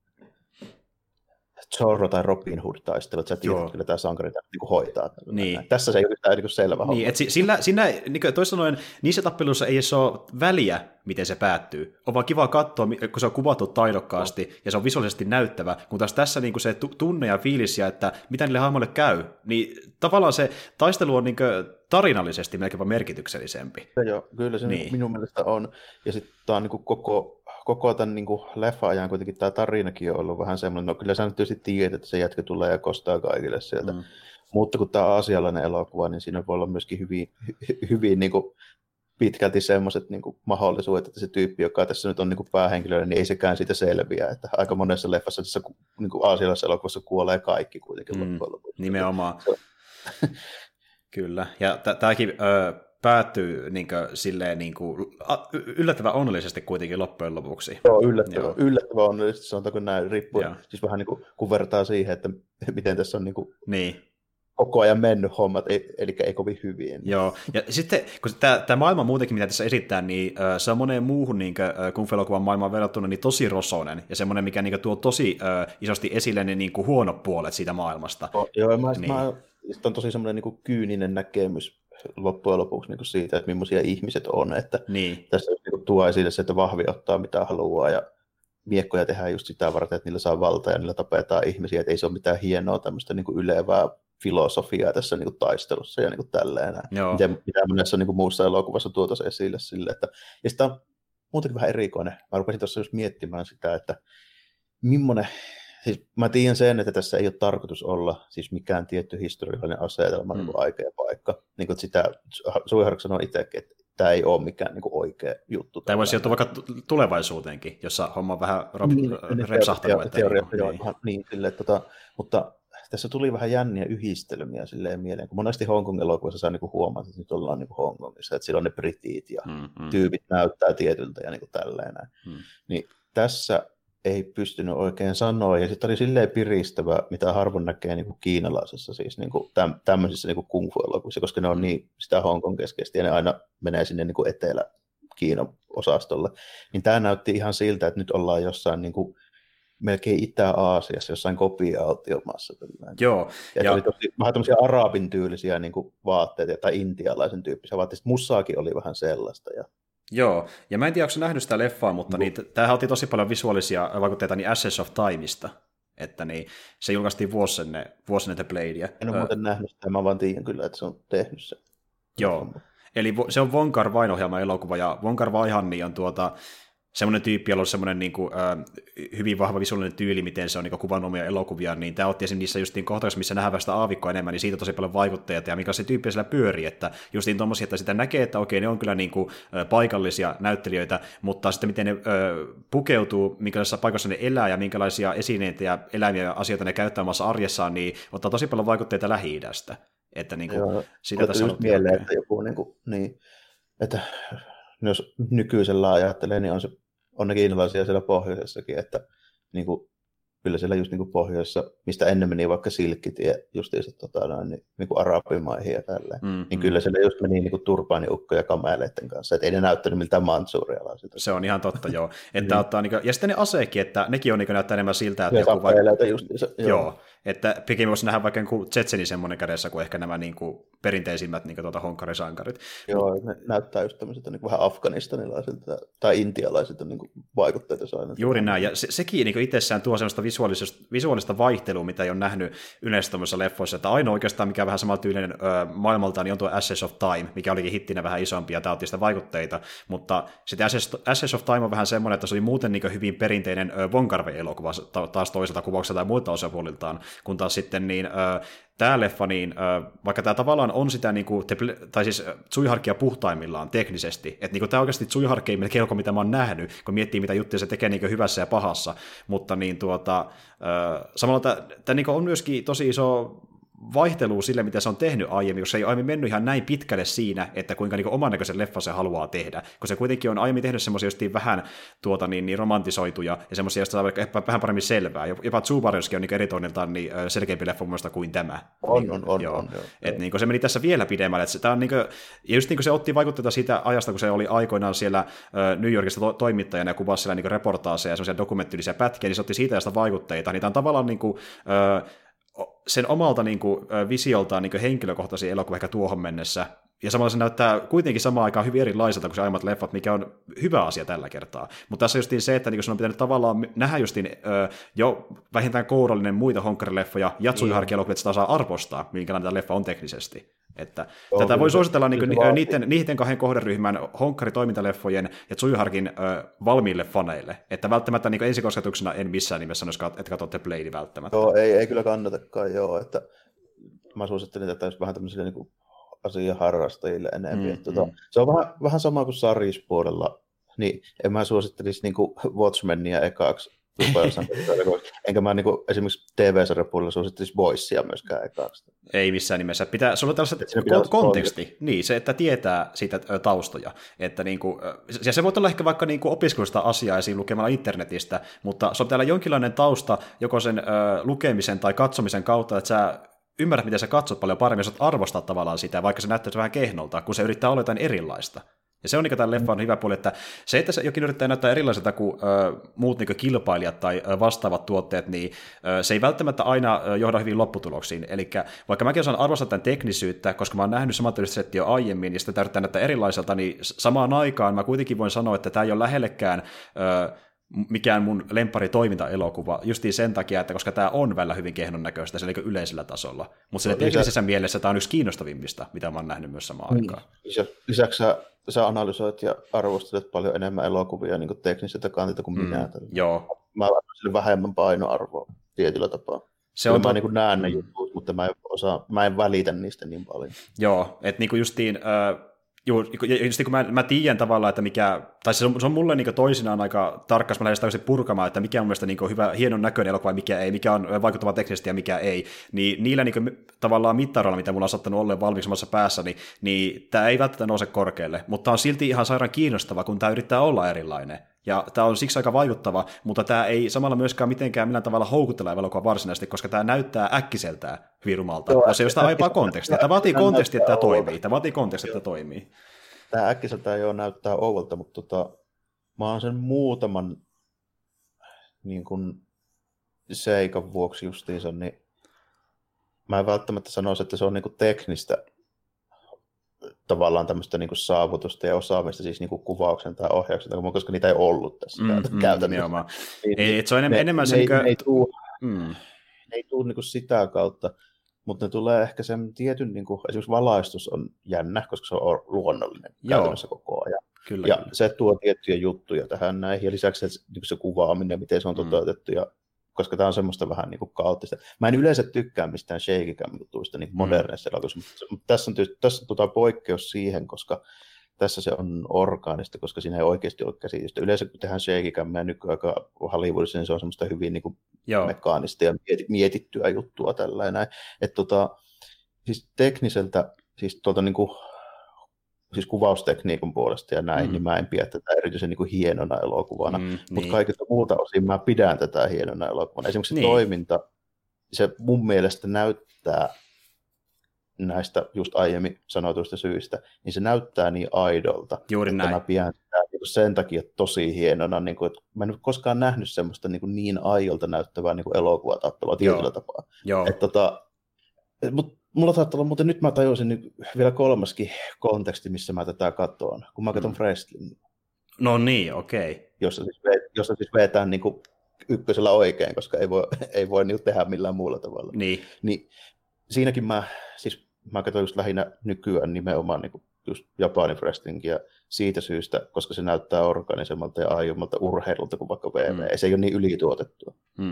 Zorro tai Robin Hood taistelut, sä tiedät, että kyllä tämä sankari niin hoitaa. Niin. Tässä se ei ole yhtään niin selvä homma. Niin, että siinä niin toisin sanoen, niissä tappeluissa ei ole väliä, miten se päättyy. On vaan kiva katsoa, kun se on kuvattu taidokkaasti ja se on visuaalisesti näyttävä, kun taas tässä niin se tunne ja fiilis ja että mitä niille hahmoille käy, niin tavallaan se taistelu on niin tarinallisesti melkeinpä merkityksellisempi. Joo, kyllä se minun mielestä on. Ja sitten tämä on niin koko tämän niin leffa-ajan kuitenkin tämä tarinakin on ollut vähän semmoinen, no kyllä sä nyt tietysti tiedät, että se jätkä tulee ja kostaa kaikille sieltä. Mutta kun tämä on aasialainen elokuva, niin siinä voi olla myöskin hyvin niin kuin pitkälti semmoiset niin kuin mahdollisuudet, että se tyyppi, joka tässä nyt on niin kuin päähenkilö, niin ei sekään siitä selviä. Että aika monessa leffassa tässä niin kuin aasialaisessa elokuvassa kuolee kaikki kuitenkin. Nimenomaan. Kyllä. Ja tämäkin päättyy silleen yllättävän onnellisesti kuitenkin loppujen lopuksi. Joo, yllättävän onnellisesti, sanotaanko näin, riippuen. Siis vähän niin kuin, kun vertaa siihen, että miten tässä on niin. koko ajan mennyt hommat, eli ei kovin hyvin. Joo, ja sitten kun tämä maailma muutenkin, mitä tässä esittää, niin se on moneen muuhun niin kung-fu-elokuvan maailmaan verrattuna niin tosi rosoinen, ja semmoinen, mikä niin tuo tosi isosti esille ne niin huonot puolet siitä maailmasta. Joo, mä on tosi semmoinen niin kyyninen näkemys loppujen lopuksi niin siitä, että millaisia ihmiset on, että tässä niin tuo esille se, että vahvi ottaa mitä haluaa, ja miekkoja tehdään just sitä varten, että niillä saa valtaa ja niillä tapetaan ihmisiä, että ei se ole mitään hienoa tämmöistä niin ylevää filosofiaa tässä niin kuin taistelussa ja niin kuin tälleen. Mitä monessa niin kuin muussa elokuvassa tuotaisiin esille sille, että ja sitä on muutenkin vähän erikoinen. Mä rupesin tuossa just miettimään sitä, että millainen, siis mä tiedän sen, että tässä ei ole tarkoitus olla siis mikään tietty historiallinen asetelma, niin kuin aika ja paikka. Niin kuin sitä Suihark sanoi itsekin, että tämä ei ole mikään niin kuin oikea juttu. Tämä voisi sijoittua vaikka tulevaisuuteenkin, jossa homma on vähän repsahtanut. Mutta tässä tuli vähän jänniä yhdistelmiä silleen mieleen, kun monesti Hongkong-elokuvassa saa niinku huomata, että nyt ollaan niinku Hongkongissa, että siellä on ne britit ja tyypit näyttää tietyltä ja niinku tälleen näin. Niin tässä ei pystynyt oikein sanoa, ja sitten oli silleen piristävä, mitä harvoin näkee niinku kiinalaisessa, siis niinku tämmöisissä niinku kung-fu-elokuvissa, koska ne on niin sitä Hongkong-keskeistä, ja ne aina menee sinne niinku Etelä-Kiinan osastolle. Niin tämä näytti ihan siltä, että nyt ollaan jossain niinku melkein Itä-Aasiassa, jossain kopia-autiomaassa. Joo. Ja oli vähän tämmöisiä arabin tyylisiä niin kuin vaatteita tai intialaisen tyyppisiä vaatteita. Musaakin oli vähän sellaista. Joo, ja mä en tiedä, onko nähnyt sitä leffaa, mutta tämähän otti tosi paljon visuaalisia vaikutteita niin Ashes of Timeista. Että niin, se julkaistiin vuosi ennen The Bladea. En ole muuten nähnyt sitä, mä vaan tiedän kyllä, että se on tehnyt se. Joo, eli se on Wong Kar-wain ohjelma elokuva, ja Wong Kar-waihan niin on semmoinen tyyppi, jolla on semmoinen niin kuin, hyvin vahva visuaalinen tyyli, miten se on niin kuvannut omia elokuvia, niin tämä otti esimerkiksi niissä justiin kohtauksia, missä nähdään sitä aavikkoa enemmän, niin siitä tosi paljon vaikutteita, ja mikä se tyyppi siellä pyörii, että justiin tommosia, että sitä näkee, että okei, ne on kyllä niin kuin, paikallisia näyttelijöitä, mutta sitten miten ne pukeutuu, minkälaisissa paikoissa ne elää, ja minkälaisia esineitä ja eläimiä ja asioita ne käyttää omassa arjessaan, niin ottaa tosi paljon vaikutteita Lähi-idästä. Että niin kuin, sitä tässä on mieleen, että joku niin, että jos nykyisellä ajattelee, niin on ne kiinalaisia siellä pohjoisessakin, että niin kuin, kyllä siellä just niin kuin pohjoisessa, mistä ennen meni vaikka silkkitie justiinsa niin kuin arabimaihin ja tälleen, niin kyllä siellä just meni niin kuin turbaaniukko ja kameleiden kanssa, että ei ne näyttänyt miltään mantsurialaisilta. Se on ihan totta, joo. Että ottaa, niin kuin, ja sitten ne aseekin, että nekin on niin kuin, näyttää enemmän siltä, että joku vaikka justiinsa, joo. Että pikemmin voisi nähdä vaikka Tsetseni semmoinen kädessä kuin ehkä nämä niin kuin perinteisimät niin kuin honkkarisankarit. Joo, ne näyttää just tämmöisiltä niin vähän afganistanilaisilta tai intialaisilta niin kuin vaikutteita saada. Juuri näin, ja sekin niin kuin itsessään tuo semmoista visuaalista vaihtelua, mitä ei ole nähnyt yleensä tuollaisissa leffoissa, että ainoa oikeastaan, mikä on vähän samantyylinen maailmaltaan, niin on tuo Ashes of Time, mikä olikin hittinä vähän isompi, ja tämä otti sitä vaikutteita, mutta sitten Ashes of Time on vähän semmoinen, että se oli muuten niin hyvin perinteinen Wong Kar-wai-elokuva taas toiselta kuvaukselta tai muilta osapuoliltaan, kun taas sitten niin, tämä leffa, niin, vaikka tämä tavallaan on sitä, niin kuin, tai siis Tsuiharkia puhtaimmillaan teknisesti, että niin tämä oikeasti Tsuiharki ei melkein mitä mä oon nähnyt, kun miettii, mitä juttuja se tekee niin hyvässä ja pahassa, mutta niin, samalla tämä niin on myöskin tosi iso vaihtelua sille, mitä se on tehnyt aiemmin, koska se ei aiemmin mennyt ihan näin pitkälle siinä, että kuinka niin oman näköisen leffa se haluaa tehdä, kun se kuitenkin on aiemmin tehnyt semmoisia vähän niin romantisoituja ja semmoisia, joista saa ehkä vähän paremmin selvää. Jopa Tsubarioski on niin eritoinniltaan niin selkeämpi leffa muista kuin tämä. On. Että niin se meni tässä vielä pidemmälle. Että tämä on, niin kuin, ja just niin se otti vaikutteita siitä ajasta, kun se oli aikoinaan siellä New Yorkissa toimittajana ja kuvasi siellä niin reportaaseja ja semmoisia dokumenttillisia pätkiä, niin se otti siitä ajasta vaikutteita. Niin tämä on tavallaan niin kuin, sen omalta niin kuin, visioltaan niin kuin henkilökohtaisia elokuva ehkä tuohon mennessä, ja samalla se näyttää kuitenkin samaan aikaan hyvin erilaiselta kuin se aiemmat leffat, mikä on hyvä asia tällä kertaa. Mutta tässä justiin se, että niin sun on pitänyt tavallaan nähdä justiin jo vähintään kourallinen muita honkkarileffoja ja Tsuiharki-elokuvia, että sitä saa arvostaa, minkälainen tämä leffa on teknisesti. Että tätä voi suositella niiden kahden kohderyhmän honkkari-toimintaleffojen ja Tsuiharkin valmiille faneille. Että välttämättä niin ensikosketuksena en missään nimessä sanoisi, että katsotte Blade välttämättä. Joo, ei kyllä kannatakaan, joo. Että mä suosittelin tätä just vähän tämmöisille niin asiaharrastajille enemmän. Se on vähän sama kuin sarjispuolella, niin en mä suosittelisi niin kuin Watchmenia ekaksi. Enkä mä niin kuin, esimerkiksi TV-sarjapuolella suosittelisi Boysia myöskään ekaksi. Ei missään nimessä. Sulla on tällaiset konteksti, niin, se, että tietää siitä taustoja. Että niin kuin, ja se voi olla ehkä vaikka niin kuin opiskelusta asiaa esiin lukemalla internetistä, mutta se on täällä jonkinlainen tausta joko sen lukemisen tai katsomisen kautta, että sä ymmärrät, miten sä katsot paljon paremmin, ja saat arvostaa tavallaan sitä, vaikka se näyttäisi vähän kehnolta, kun se yrittää olla jotain erilaista. Ja se on niin tämän leffan hyvä puoli, että se, että se jokin yrittää näyttää erilaiselta kuin muut niin kilpailijat tai vastaavat tuotteet, niin se ei välttämättä aina johda hyvin lopputuloksiin. Eli vaikka mäkin osaan arvostaa tämän teknisyyttä, koska mä oon nähnyt samantyylistä settiä jo aiemmin, ja sitä yrittää näyttää erilaiselta, niin samaan aikaan mä kuitenkin voin sanoa, että tämä ei ole lähellekään mikään mun lemppari toimintaelokuva, justiin sen takia, että koska tämä on välillä hyvin kehnon näköistä se yleisellä tasolla. Mutta sille teknisessä mielessä tämä on yksi kiinnostavimmista, mitä mä oon nähnyt myös samaan aikaan. Lisäksi sä analysoit ja arvostelet paljon enemmän elokuvia niin tekniseltä kantilta kuin minä. Joo. Mä annan sille vähemmän painoarvoa tietyllä tapaa. Se on mä niin näen ne jutut, mutta mä en välitä niistä niin paljon. Joo, että niin kuin justiin... just kun mä tiedän tavallaan, että mikä, tai se on mulle niin toisinaan aika tarkkaan, mä lähden sitä purkamaan, että mikä on mielestäni niin hyvä, hienon näköinen elokuva, mikä ei, mikä on vaikuttava teknisesti ja mikä ei, niin niillä niin tavallaan mittaroilla, mitä mulla on saattanut olla valmiiksi omassa päässä, niin tämä ei välttämättä nouse korkealle, mutta on silti ihan sairaan kiinnostava, kun tämä yrittää olla erilainen. Ja tämä on siksi aika vaikuttava, mutta tämä ei samalla myöskään mitenkään millään tavalla houkuttele elokuva varsinaisesti, koska tämä näyttää äkkiseltään hyvin rumalta. Jos ei ole sitä aipaa kontekstia. Tämä vaatii kontekstia, että tämä toimii. Tämä vaatii kontekstia, että tämä toimii. Tämä äkkiseltään jo näyttää ouvolta, mutta mä oon sen muutaman niin kun seikan vuoksi justiinsa, niin mä en välttämättä sanoisi, että se on niin kuin teknistä tavallaan tämmöistä niin kuin saavutusta ja osaamista, siis niin kuin kuvauksen tai ohjauksen, koska niitä ei ollut tässä käytännössä. Se on enemmän se... Ne ei tule niin kuin sitä kautta, mutta ne tulee ehkä sen tietyn, niin kuin, esimerkiksi valaistus on jännä, koska se on luonnollinen käytännössä koko ajan. Kyllä. Se tuo tiettyjä juttuja tähän näihin, ja lisäksi se kuvaaminen, miten se on toteutettu, ja koska tämä on semmoista vähän niin kuin kaoottista. Mä en yleensä tykkää mistään shaky-cam-jutuista niin moderneissa elokuvissa, mutta tässä on poikkeus siihen, koska tässä se on orgaanista, koska siinä ei oikeasti ole käsitystä. Yleensä kun tehdään shaky-camia nykyaika Hollywoodissa, niin se on semmoista hyvin niin kuin mekaanista ja mietittyä juttua tällainen. Siis tekniseltä, siis tuolta niin kuin siis kuvaustekniikan puolesta ja näin, niin mä en pidä tätä erityisen niin kuin hienona elokuvana, mutta kaikilta muulta osin mä pidän tätä hienona elokuvana. Esimerkiksi toiminta, se mun mielestä näyttää näistä just aiemmin sanotuista syistä, niin se näyttää niin aidolta, juuri että näin. Mä pidän sitä niin sen takia tosi hienona, niin kuin, että mä en ole koskaan nähnyt semmoista niin aidolta näyttävää niin elokuvatappelua tietyllä tapaa. Mutta mulla saattaa olla, mutta nyt mä tajusin nyt vielä kolmaskin konteksti, missä mä tätä katson, kun mä katson wrestling. No niin, okei. Jossa siis vetään niin kuin ykkösellä oikein, koska ei voi niin tehdä millään muulla tavalla. Niin siinäkin mä katson just lähinnä nykyään nimenomaan niin kuin just Japanin wrestlingia siitä syystä, koska se näyttää organisemmalta ja aiemmalta urheilulta kuin vaikka WWE. Se ei ole niin ylituotettua.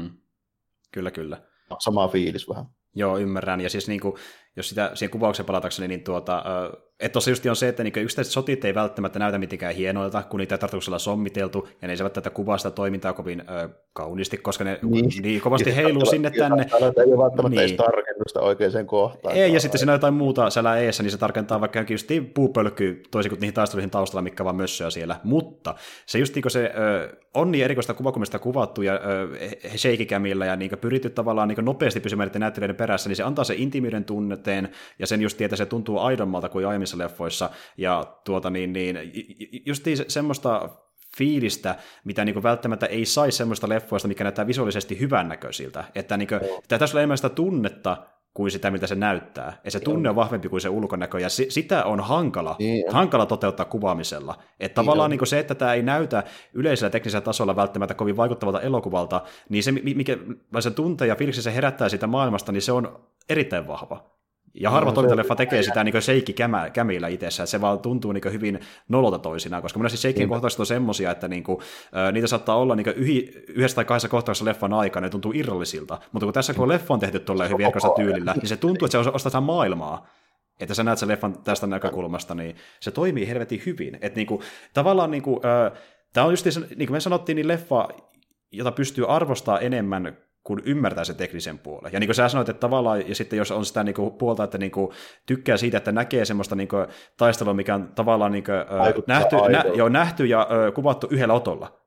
Kyllä. Sama fiilis vähän. Joo, ymmärrän. Ja siis niinku, jos sitä siihen kuvaukseen palatakseni, niin että tuossa just on se, että niinku yksittäiset sotit ei välttämättä näytä mitenkään hienoilta, kun niitä ei tarkoituksella sommiteltu, ja ne ei välttämättä kuvaa sitä toimintaa kovin kauniisti, koska ne niin kovasti heiluu sinne tänne. Ei ole välttämättä edes tarkennusta oikeaan kohtaan. Ei, ja sitten siinä on jotain muuta sälää eessä, niin se tarkentaa vaikka just puupölkkyä toisin kuin niihin taisteluihin taustalla, mitkä vaan mössöä siellä. Mutta se just niin se on niin erikoista kuvakumista kuvattu ja shaky-camilla ja niin pyritty tavallaan niin nopeasti pysymään näyttelijöiden perässä, niin se antaa se intiimiyden tunteen, ja sen just että se tuntuu aidommalta kuin aiemmissa leffoissa, ja justiin semmoista fiilistä, mitä niinku välttämättä ei saisi semmoista leffoista, mikä näyttää visuaalisesti hyvännäköisiltä, että niinku, tässä on enemmän sitä tunnetta kuin sitä, miltä se näyttää, ja se tunne on vahvempi kuin se ulkonäkö, ja sitä on hankala toteuttaa kuvaamisella, että tavallaan niinku se, että tämä ei näytä yleisellä teknisellä tasolla välttämättä kovin vaikuttavalta elokuvalta, niin se, mikä se tunte ja fiiliksi se herättää siitä maailmasta, niin se on erittäin vahva. Ja harva toimintaleffa tekee sitä niin shaky-camilla itsessä, että se vaan tuntuu niin hyvin nololta toisinaan, koska minä siis shaky kohtaukset on semmosia, että niitä saattaa olla yhdessä tai kahdessa kohtauksessa leffan aikana, ne tuntuu irrallisilta, mutta kun tässä kun leffa on tehty tolleen hyvin erikoisella tyylillä, niin se tuntuu, että se ostaa maailmaa, että sä näet sen leffan tästä näkökulmasta, niin se toimii helvetin hyvin. Että tavallaan tämä on just niin kuin me sanottiin, niin leffa, jota pystyy arvostamaan enemmän kun ymmärtää sen teknisen puolen. Ja niin kuin sä sanoit, että tavallaan, ja sitten jos on sitä niin kuin puolta, että niin kuin tykkää siitä, että näkee semmoista niin kuin taistelua, mikä on tavallaan niin kuin nähty ja kuvattu yhdellä otolla.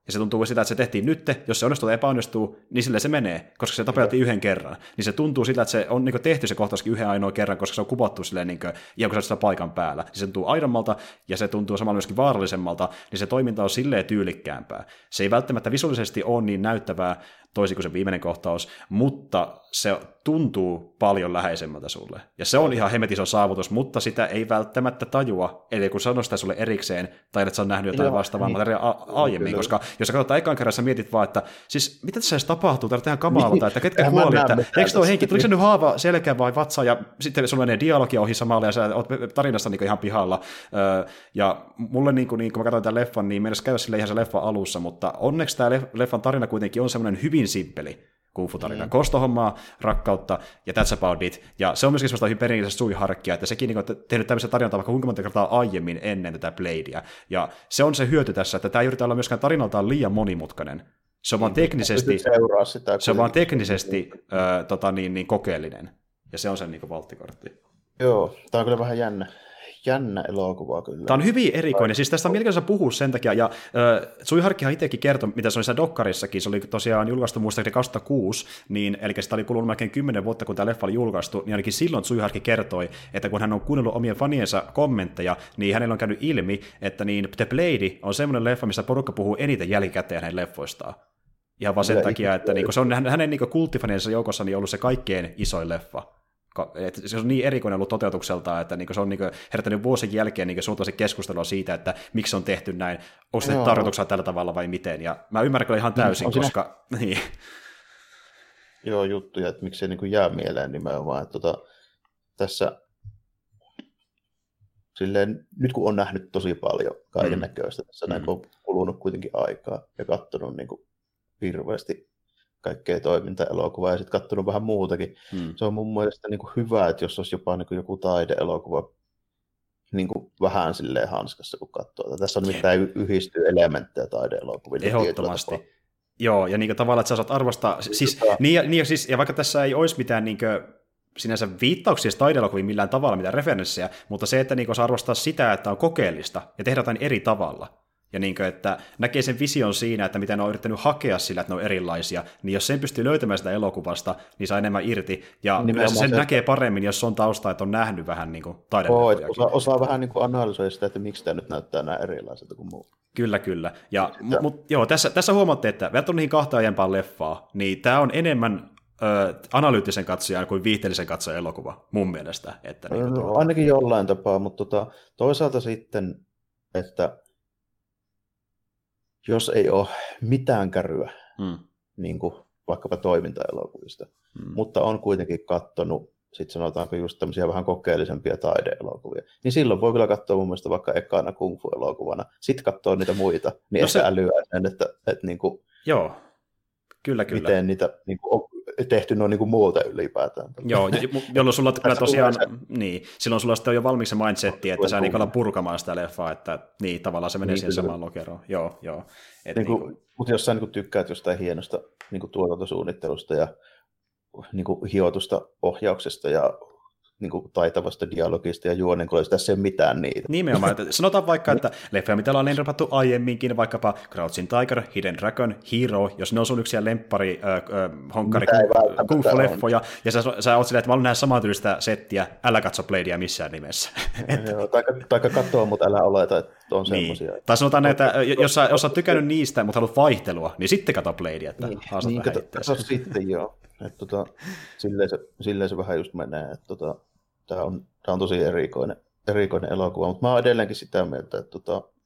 Ja se tuntuu sitä, että se tehtiin nyt, jos se onnistuu tai epäonnistuu, niin sille se menee, koska se tapeltiin yhden kerran. Niin se tuntuu siltä, että se on niin tehty se kohtauskin yhden ainoa kerran, koska se on kuvattu silleen, niin kuin, ihan kun se on paikan päällä. Niin se tuntuu aidommalta, ja se tuntuu samalla myöskin vaarallisemmalta, niin se toiminta on silleen tyylikkäämpää. Se ei välttämättä visuaalisesti ole niin näyttävää, toisin kuin se viimeinen kohtaus, mutta se tuntuu paljon läheisemmältä sulle. Ja se on ihan hemmet iso saavutus, mutta sitä ei välttämättä tajua, eli kun sanoo sitä sulle erikseen, tai että sä on nähnyt jotain vastaavaa materiaalia aiemmin, koska jos sä katsotaan ekan kerran, sä mietit vaan, että siis mitä tässä edes tapahtuu, tää on ihan kamalata, että ketkä kuoli, että eikö tuo henki, tuliko se nyt haava selkeä vai vatsa, ja sitten sulla menee dialogia ohi samalla, ja sä oot tarinasta niin ihan pihalla, ja mulle niin kun mä katsoin tämän leffan, niin mennessä käydä sille ihan se leffan alussa, mutta onneksi tämä leffan tarina kuitenkin on semmoinen hyvin simppeli kung-fu-tarina. Kostohommaa, rakkautta ja that's about it. Ja se on myöskin semmoista hyvin perinteistä Tsui-Harkia, että sekin niin on tehnyt tämmöisen tarinata vaikka kuinka monta kertaa aiemmin ennen tätä Bladea. Ja se on se hyöty tässä, että tämä ei yritä olla myöskään tarinaltaan liian monimutkainen. Se on vaan teknisesti kokeellinen. Ja se on sen niin valttikortti. Joo, tämä on kyllä vähän jännä elokuva kyllä. Tämä on hyvin erikoinen. Siis tästä on mielenkiintoista puhua sen takia, ja Tsui-Harkihan itsekin kertoi, mitä se oli siellä dokkarissakin, se oli tosiaan julkaistu muistaakseni 2006, niin, eli sitä oli kulunut melkein 10 vuotta, kun tämä leffa oli julkaistu, niin ainakin silloin Tsui-Harki kertoi, että kun hän on kuunnellut omien faniensa kommentteja, niin hänellä on käynyt ilmi, että niin The Blade on semmoinen leffa, missä porukka puhuu eniten jälkikäteen hänen leffoistaan. Ihan vaan sen takia, että niin, se on hänen niin kulttifaniensa joukossa niin ollut se kaikkein isoin leffa. Että se on niin erikoinen ollut toteutukseltaan, että se on herättänyt vuosien jälkeen suuntaisesti keskustelua siitä, että miksi se on tehty näin, onko se tarkoituksella tällä tavalla vai miten, ja mä ymmärrän kyllä ihan täysin, koska... Niin. Joo, juttuja, että miksi se jää mieleen nimenomaan, että tässä silleen, nyt kun on nähnyt tosi paljon kaiken näköistä, tässä näin on kulunut kuitenkin aikaa ja katsonut hirveästi kaikkea toimintaelokuvaa ja sitten katsonut vähän muutakin. Se on mun mielestä hyvä, että jos olisi jopa joku taideelokuva vähän silleen hanskassa, kun katsoo. Tässä on nimittäin yhdistyy elementtejä taideelokuville. Ehdottomasti. Joo, ja tavallaan, että sä saat arvostaa, ja vaikka tässä ei olisi mitään sinänsä viittauksia taideelokuviin millään tavalla, mitään referenssejä, mutta se, että osaa arvostaa sitä, että on kokeellista ja tehdä jotain eri tavalla. Ja että näkee sen vision siinä, että miten ne on yrittänyt hakea sillä, että ne on erilaisia, niin jos sen pystyy löytämään sitä elokuvasta, niin saa enemmän irti. Ja sen näkee paremmin, jos on tausta, että on nähnyt vähän taideleffojakin. Osaa vähän analysoida sitä, että miksi tämä nyt näyttää näin erilaiselta kuin muu. Kyllä. Ja, joo, tässä huomaatte, että verrattuna niihin kahteen aiempaan leffaa, niin tämä on enemmän analyyttisen katsojan kuin viihteellisen katsojan elokuva, mun mielestä. Että, ainakin jollain tapaa, mutta toisaalta sitten, että jos ei ole mitään käryä, niin kuin vaikkapa toimintaelokuvista, mutta on kuitenkin katsonut, sitten sanotaanko just tämmöisiä vähän kokeellisempia taideelokuvia, niin silloin voi kyllä katsoa mun mielestä vaikka ekana kung fu-elokuvana, sitten katsoa niitä muita, niin ehkä älyää sen, että joo, kyllä. Miten niitä on tehty noin muulta ylipäätään. Joo, jolloin sulla tosiaan, silloin sulla sitten on jo valmiiksi se mindsetti, että sä ala purkamaan sitä leffaa, että tavallaan se menee siihen samaan lokeroon. Joo. Mutta jos sä tykkäät jostain hienosta tuotantosuunnittelusta ja hiotusta ohjauksesta ja taitavasta dialogista ja juonenkuloista, tässä ei ole mitään niitä. Nimenomaan. Sanotaan vaikka, että leffoja, mitä ollaan lempattu aiemminkin, vaikkapa Crouching Tiger, Hidden Dragon, Hero, jos ne on sun yksiä lemppari, honkkari, kung-fu-leffoja, ja sä oot silleen, että mä haluan nähdä samantyylistä settiä, älä katso Bladea missään nimessä. Tai katsoa, mutta älä oleta, että on semmoisia. Tai sanotaan, että jos sä oot tykännyt niistä, mutta haluat vaihtelua, niin sitten katso Bladea, että haastat vähän itseäsi. Sitten joo. Silleen se vähän just menee, että tämä on tosi erikoinen elokuva, mutta mä oon edelleenkin sitä mieltä, että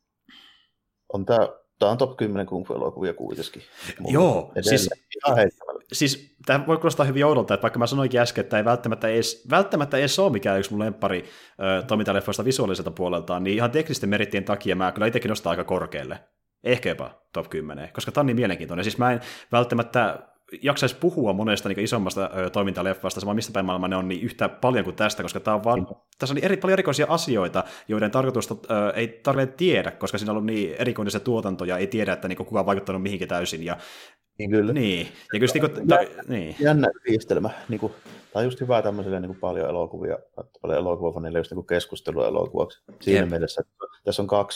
tämä on top 10 kung fu-elokuvia kuitenkin. Joo, siis tämä voi kuulostaa hyvin oudolta, että vaikka mä sanoinkin äsken, että ei välttämättä edes ole mikään yksi mun lemppari toimintaleffoista visuaaliselta puoleltaan, niin ihan teknisten merittien takia mä kyllä itsekin nostan aika korkealle. Ehkä jopa top 10, koska tämä on niin mielenkiintoinen. Siis mä en välttämättä jaksaisi puhua monesta isommasta toimintaleffasta, sama mistä päin maailmaa ne on niin yhtä paljon kuin tästä, koska tässä on paljon erikoisia asioita, joiden tarkoitusta ei tarvitse tiedä, koska siinä on ollut niin erikoinen se tuotanto, ja ei tiedä, että kuka on vaikuttanut mihinkin täysin. Ja, kyllä. Niin. Ja kyllä jännä yhdistelmä. Tämä on just hyvä tämmöiselle paljon elokuvafaneille just keskusteluelokuvaksi. Siinä mielessä, että tässä on kaksi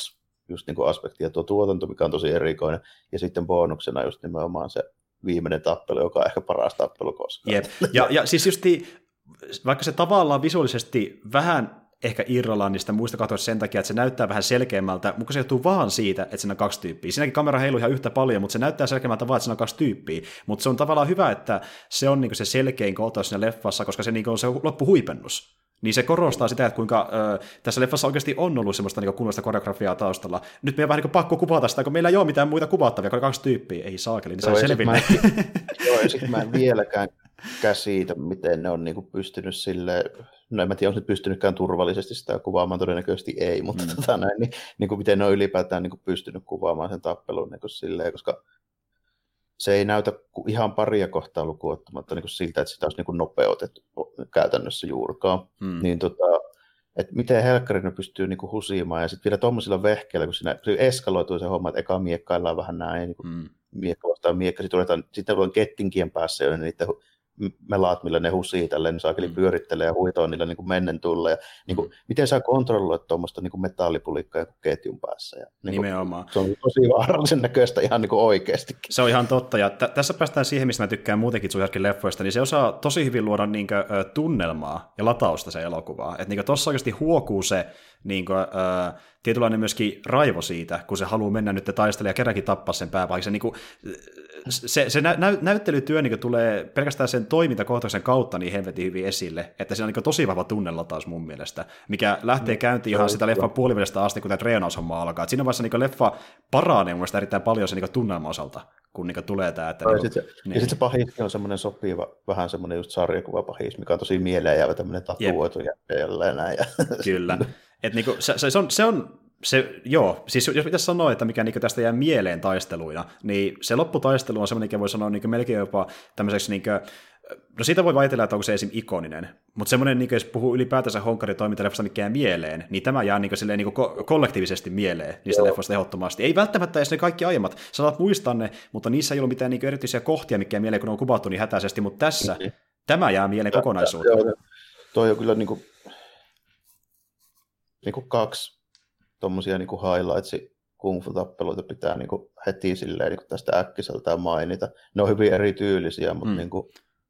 just niin kuin aspekti ja tuo tuotanto, mikä on tosi erikoinen, ja sitten bonuksena just nimenomaan se viimeinen tappelu, joka on ehkä paras tappelu koskaan. Jep. Ja siis vaikka se tavallaan visuaalisesti vähän ehkä irrallaan niistä muista katsoista sen takia, että se näyttää vähän selkeämmältä, mutta se johtuu vaan siitä, että siinä on 2 tyyppiä. Siinäkin kamera heiluu ihan yhtä paljon, mutta se näyttää selkeämmältä vaan, että siinä on 2 tyyppiä. Mutta se on tavallaan hyvä, että se on niinku se selkein kohtaus siinä leffassa, koska se niinku on se loppuhuipennus. Niin se korostaa sitä, että kuinka tässä leffassa oikeasti on ollut semmoista niinku kunnollista koreografiaa taustalla. Nyt meidän on vähän niinku pakko kuvata sitä, kun meillä ei ole mitään muita kuvattavia, kun on 2 tyyppiä. Ei saakeli, niin se on selville. Joo, ja sitten mä en vieläkään käsitä, miten ne on niinku pystynyt silleen, no en mä tiedä, onko nyt pystynytkään turvallisesti sitä kuvaamaan, todennäköisesti ei, mutta niin kuin miten ne on ylipäätään niin kuin pystynyt kuvaamaan sen tappelun niin kuin silleen, koska se ei näytä ihan paria kohtaa lukuun ottamatta niin kuin siltä, että sitä olisi niin kuin nopeutettu käytännössä juurikaan. Niin että miten helkkarina pystyy niin kuin husimaan, ja sitten vielä tuommoisilla vehkeillä, kun siinä eskaloituu se homma, että eka miekkaillaan vähän näin, niin kuin miekka vastaan miekka, sitten on kettinkien päässä, joiden niiden melat, millä ne husii tälleen, ne saakeli pyörittelee ja huitoo niillä niin kuin mennen tulla. Ja, niin kuin, miten sä kontrolloit tuommoista niin metallipulikkaa joku ketjun päässä. Ja, niin nimenomaan. Kuin, se on tosi vaarallisen näköistä ihan niin kuin oikeastikin. Se on ihan totta, ja tässä päästään siihen, mistä mä tykkään muutenkin Tsuchihakin leffoista, niin se osaa tosi hyvin luoda niin kuin, tunnelmaa ja latausta se elokuvaa. Että niin tuossa oikeasti huokuu se niin kuin, tietynlainen myöskin raivo siitä, kun se haluaa mennä nyt taistelemaan ja kerrankin tappaa sen pääpaikassa. Niin se näyttelytyö niin tulee pelkästään sen toimintakohtauksen kautta niin hemvetin hyvin esille, että siinä on niin tosi vahva tunnelataus mun mielestä, mikä lähtee käyntiin ihan sitä leffan puolivälistä asti, kun tämä treenaushomma alkaa. Et siinä vaiheessa niin leffa paranee mun mielestä erittäin paljon sen niin tunnelman osalta, kun niin tulee tämä. Että, ja sitten se pahis on semmoinen sopiva, vähän semmoinen just sarjakuvapahis, mikä on tosi mieleen jäävä tämmöinen tatuoitu ja näin. Kyllä. Että niin se on joo, siis jos pitäisi sanoa, että mikä niinku tästä jää mieleen taisteluina, niin se lopputaistelu on semmoinen, mikä voi sanoa niinku melkein jopa tämmöiseksi, niinku, no siitä voi ajatella, että onko se esim. Ikoninen, mutta semmoinen, niinku, jos puhuu ylipäätänsä Honkarin toimintaleffasta, mikä jää mieleen, niin tämä jää niinku, silleen, niinku, kollektiivisesti mieleen niistä leffoista ehdottomasti. Ei välttämättä edes ne kaikki aiemmat, saat muistaa ne, mutta niissä ei ollut mitään niinku, erityisiä kohtia, mikä jää mieleen, kun ne on kuvattu niin hätäisesti, mutta tässä tämä jää mieleen kokonaisuuteen. Toi on kyllä niinku 2 tuommoisia niin highlightsi kung-fu-tappeluita pitää niin kuin heti silleen, niin kuin tästä äkkiseltään mainita. Ne on hyvin erityylisiä, mutta niin kuin,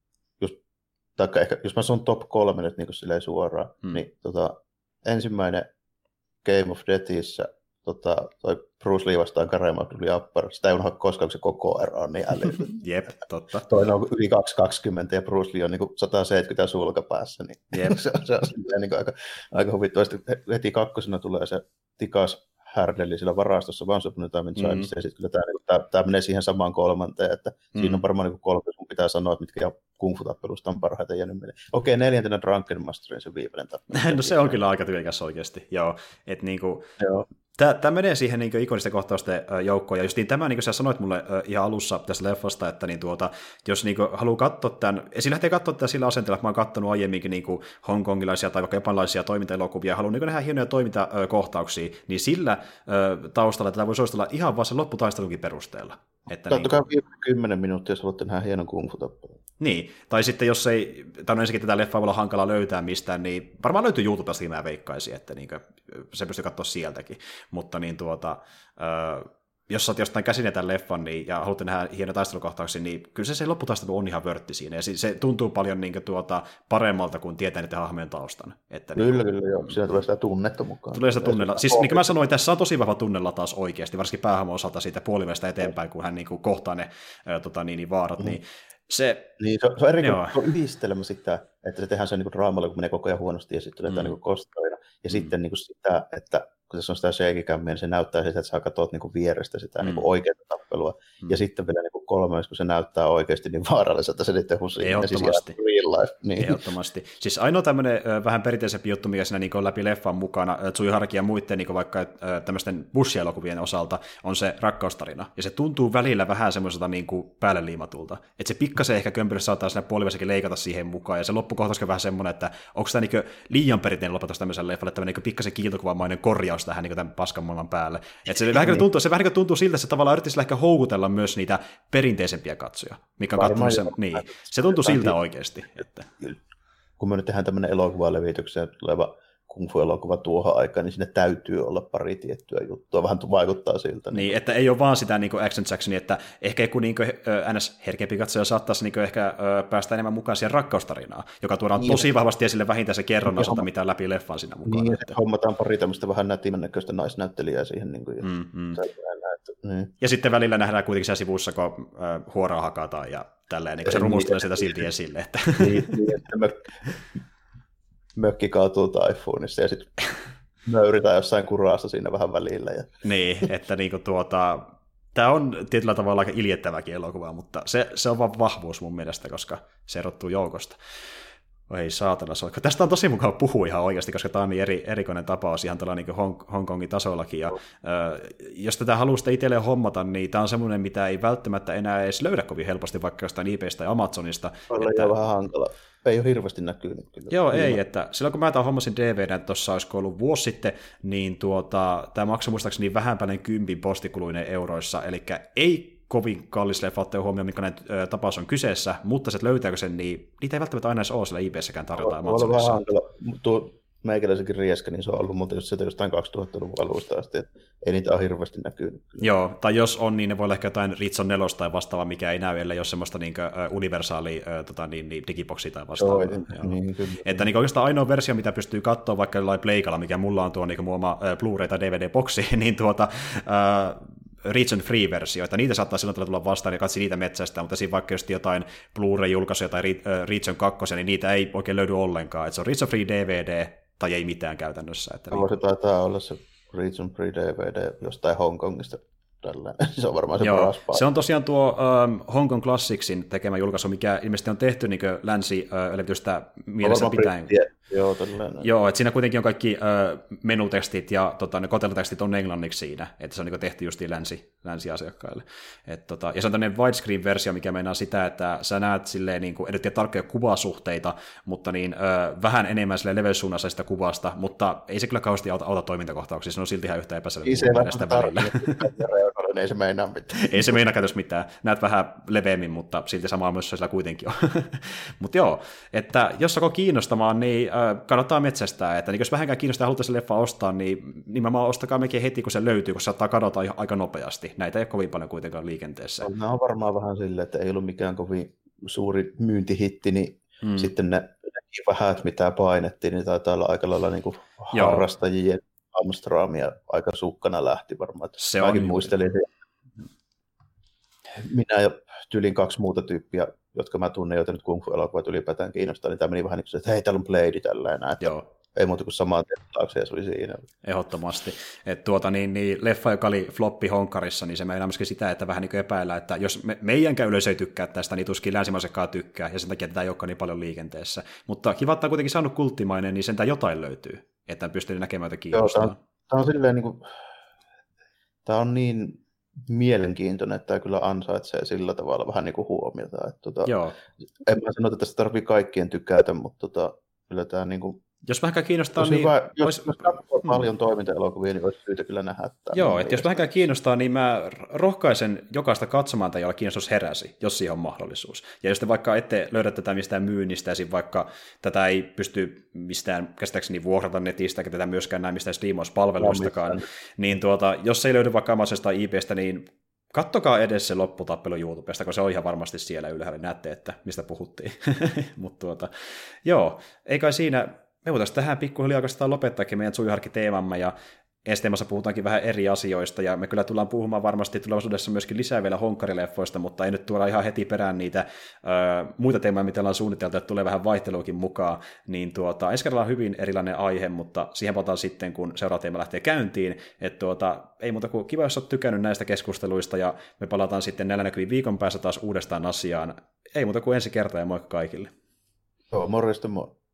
taikka ehkä, jos mä sanon top 3 nyt niin kuin silleen suoraan, niin ensimmäinen Game of Deathissä toi Bruce Lee vastaan Kareem Abdul-Jabbar, sitä ei unohda koskaan, kun se koko ero on niin älyllinen. Jep, totta. Toinen on yli 220 ja Bruce Lee on niin 170 sulkapäässä, niin se on niin aika huvittavasti. Heti kakkosena tulee se tikas härdeli sillä varastossa Once Upon a Time in China, ja sitten kyllä tämä menee siihen samaan 3, että siinä on varmaan niin 3, kun pitää sanoa, että mitkä kung-fu-tappelusta on parhaiten jäänyt mieleen. Okei, 4. Drunken Masterin se viimeinen tappelu. No se on kyllä aika tyylikäs oikeasti, joo. Että niinku... Joo. Tämä menee siihen niin ikonisten kohtausten joukkoon, ja just niin tämä, niin kuin sä sanoit mulle ihan alussa tästä leffasta, että niin jos niin haluaa katsoa tämän, esiin lähtee katsoa tätä sillä asenteella, että mä oon katsonut aiemminkin niin hongkongilaisia tai vaikka japanilaisia toimintaelokuvia, ja haluan niin nähdä hienoja toimintakohtauksia, niin sillä taustalla tätä voi suositella ihan vaan sen lopputaistelunkin perusteella. Katsokaa 10 minuuttia, jos haluatte nähdä hienon kung-fu-tappelun. Niin, tai sitten jos ei, tai ensinnäkin tätä leffaa voi olla hankala löytää mistään, niin varmaan löytyy YouTubesta, mä veikkaisin, että niin se pystyy katsoa sieltäkin, mutta niin jos sä oot jostain käsin tämän leffan niin, ja haluatte nähdä hienoja taistelukohtauksia, niin kyllä se lopputaistelu on ihan vörtti siinä, ja se tuntuu paljon niin paremmalta, kun tietää niiden hahmojen taustan. Että, kyllä, joo. Siinä tulee sitä tunnetta mukaan. Tulee sitä tunnella. Siis niin kuin mä sanoin, tässä on tosi vahva tunnella taas oikeasti, varsinkin päähahmon osalta siitä puolivästä eteenpäin, kun hän niin kuin kohtaa ne vaarat, niin se on erikoinen yhdistelmä sitä, että se tehdään sen niin draamalla, kun menee koko ajan huonosti, ja sitten tulee niin kostoina, ja sitten niin sitä, että kun tässä on sitä shaky-cammia, niin se näyttää sitä, että sä katsot niin vierestä sitä niin oikeaa tappelua. Ja sitten vielä niin 3, kun se näyttää oikeasti niin vaaralliselta se niiden husiin. Ehdottomasti. Siis real life. Niin. Ehdottomasti. Siis ainoa tämmöinen vähän perinteisempi juttu, mikä siinä niin on läpi leffan mukana, Tsuchihakin ja muiden niin vaikka tämmöisten Bush-elokuvien osalta, on se rakkaustarina. Ja se tuntuu välillä vähän semmoiselta niin päälle liimatulta. Että se pikkasen ehkä kömpelys saattaa siinä puolivässäkin leikata siihen mukaan. Ja se loppukohtaus on vähän semmoinen, että onko tämä niin liian perinteinen lopetus tämmöiselle leffalle, että niin pikkasen kiiltokuvamainen korjaus tähän niin tämän paskan maailman päälle. Että se vähän tuntuu siltä, että se tavallaan yrittäisi ehkä houkutella myös niitä perinteisempiä katsoja, mikä on katsonut sen. Niin, se tuntuu siltä oikeasti. Että. Kun me nyt tehdään tämmöinen elokuvalevityksen tuleva kung fu-elokuva tuohon aikaan, niin sinne täytyy olla pari tiettyä juttua. Vähän vaikuttaa siltä. Niin, että ei ole vaan sitä niin Action Jacksonia, että ehkä joku niin ns. Herkempi katsoja saattaisi niin ehkä päästä enemmän mukaan siihen rakkaustarinaan, joka tuodaan niin, tosi vahvasti esille vähintään se kerron osalta, mitä on läpi leffan siinä mukaan. Niin, että hommataan pari tämmöistä vähän nätimän näköistä naisnäyttelijää siihen. Niin kuin, niin. Ja sitten välillä nähdään kuitenkin siellä sivussa, kun huoraa hakataan ja tälleen, niin se rumustelee sieltä silti esille. Että. Niin, että mökki kaatuu taifuunissa ja sitten möyritään jossain kuraassa siinä vähän välillä. Ja. Niin, että niinku tämä on tietyllä tavalla aika iljettäväkin elokuva, mutta se on vaan vahvuus mun mielestä, koska se erottuu joukosta. Ei saatana, tästä on tosi mukava puhua ihan oikeasti, koska tämä on niin erikoinen tapaus ihan tällä niin Hongkongin tasollakin. Ja, jos tätä haluaisitte itselleen hommata, niin tämä on semmoinen, mitä ei välttämättä enää edes löydä kovin helposti, vaikka jostain eBaystä tai Amazonista. On vähän hankala. Ei ole hirveästi näkynyt. Kyllä. Joo, ei. Että silloin kun mä tämän hommasin DVDn, tuossa olisiko ollut vuosi sitten, niin tämä maksoi muistaakseni vähän päälle 10 postikuluinen euroissa, eli ei kovin kallis leffa ottaa huomioon, minkälainen tapaus on kyseessä, mutta se, että löytääkö sen, niin niitä ei välttämättä aina edes ole siellä eBayssäkään tarjota. On vähän hankala. Tuo meikäläisenkin rieska, niin se on ollut, mutta jos sieltä jostain 2000-luvun alusta asti, että ei niitä ole hirveästi näkynyt. Joo, tai jos on, niin ne voi olla ehkä jotain Ritson 4 tai vastaavaa, mikä ei näy, ellei ole semmoista universaalia digiboksia tai vastaavaa. Niin, että niin oikeastaan ainoa versio, mitä pystyy katsoa vaikka jollain pleikalla, mikä mulla on tuo niin mun oma Blu-ray tai DVD-boksi, niin Region Free-versio, että niitä saattaa silloin tulla vastaan ja katsi niitä metsästä, mutta siinä vaikka just jotain Blu-ray-julkaisuja tai Region 2, niin niitä ei oikein löydy ollenkaan. Että se on Region Free DVD tai ei mitään käytännössä. Että se taitaa olla se Region Free DVD jostain Hongkongista. Se on varmaan se paras paikka. Se on tosiaan tuo Hong Kong Classicsin tekemä julkaisu, mikä ilmeisesti on tehty niin länsi-levitystä mielessä pitäen. Joo, että siinä kuitenkin on kaikki menutekstit ja ne kotelotekstit on englanniksi siinä, että se on niin tehty justiin länsiasiakkaille. Ja se on tämmöinen widescreen-versio, mikä meinaa sitä, että sä näet silleen, niin kuin, edellyttää tarkkoja kuvasuhteita, mutta vähän enemmän leveyssuunnassa sitä kuvasta, mutta ei se kyllä kauheasti auta toimintakohtauksia, se on silti ihan yhtä epäselvää välillä. Ei se meinaa mitään. Ei se meinaa käytös mitään. Näet vähän leveämmin, mutta silti samaa myös sillä kuitenkin on. Mutta joo, että jos onko kiinnostamaan, niin kannattaa metsästää. Että niin jos vähänkään kiinnostaa ja halutaan se leffa ostaa, niin nimenomaan ostakaa mekin heti, kun se löytyy, kun se saattaa kadota aika nopeasti. Näitä ei ole kovin paljon kuitenkaan liikenteessä. Nämä on varmaan vähän silleen, että ei ollut mikään kovin suuri myyntihitti, niin sitten ne vähät, mitä painettiin, niin taitaa olla aika lailla niin kuin harrastajien Amstramia aika sukkana lähti varmaan. Se mäkin muistelin, minä ja tyylin 2 muuta tyyppiä, jotka mä tunnen, joita nyt kung fu-elokuvat ylipäätään kiinnostaa, niin tämä meni vähän niin kuin, että hei, täällä on Blade tällainen, että ei muuta kuin samaan tehtaakseen, ja se oli siinä. Ehdottomasti. Että leffa, joka oli floppi Honkarissa, niin se meinaa myöskin sitä, että vähän niin kuin epäillä, että jos meidänkään yleisö ei tykkää tästä, niin tuskin länsimaisekaan tykkää, ja sen takia tätä ei olekaan niin paljon liikenteessä. Mutta kiva, että on kuitenkin saanut kulttimainen, niin sentään jotain löytyy, että pystyy näkemään, että kiinnostaa. Joo, tämä on silleen niin kuin, tämä on niin mielenkiintoinen, että tämä kyllä ansaitsee sillä tavalla vähän niin kuin huomiota. Että, en mä sano, että tästä tarvitsee kaikkien tykätä, mutta kyllä tämä niin kuin, jos vähänkään kiinnostaa, niin hyvä, jos katsoo paljon toimintaelokuvia, niin olisi syytä kyllä nähdä. Joo, että jos vähänkään kiinnostaa, niin mä rohkaisen jokaista katsomaan tai jolla kiinnostus heräsi, jos siihen on mahdollisuus. Ja jos te vaikka ette löydä tätä mistään myynnistä, ja vaikka tätä ei pysty mistään käsittääkseni vuokrata netistä, eikä tätä myöskään näin mistään striimauspalveluistakaan, niin jos ei löydy vaikka Amazonista tai eBaystä, niin kattokaa edes se lopputappelu YouTubesta, kun se on ihan varmasti siellä ylhäällä, näette, että mistä puhuttiin. Mutta joo, ei kai siinä. Me voitaisiin tähän pikkuhiljaa oikeastaan lopettaakin meidän Tsuiharki-teemamme, ja ensi teemassa puhutaankin vähän eri asioista, ja me kyllä tullaan puhumaan varmasti tulevaisuudessa myöskin lisää vielä honkkarileffoista, mutta ei nyt tuoda ihan heti perään niitä muita teemoja, mitä ollaan suunniteltu, että tulee vähän vaihteluakin mukaan, niin ensi kerralla on hyvin erilainen aihe, mutta siihen palataan sitten, kun seuraava teema lähtee käyntiin, että ei muuta kuin kiva, jos olet tykännyt näistä keskusteluista, ja me palataan sitten näillä näkyviin viikon päässä taas uudestaan asiaan. Ei muuta kuin ensi kertaa, ja moikka kaikille. Joo, morjesta moi.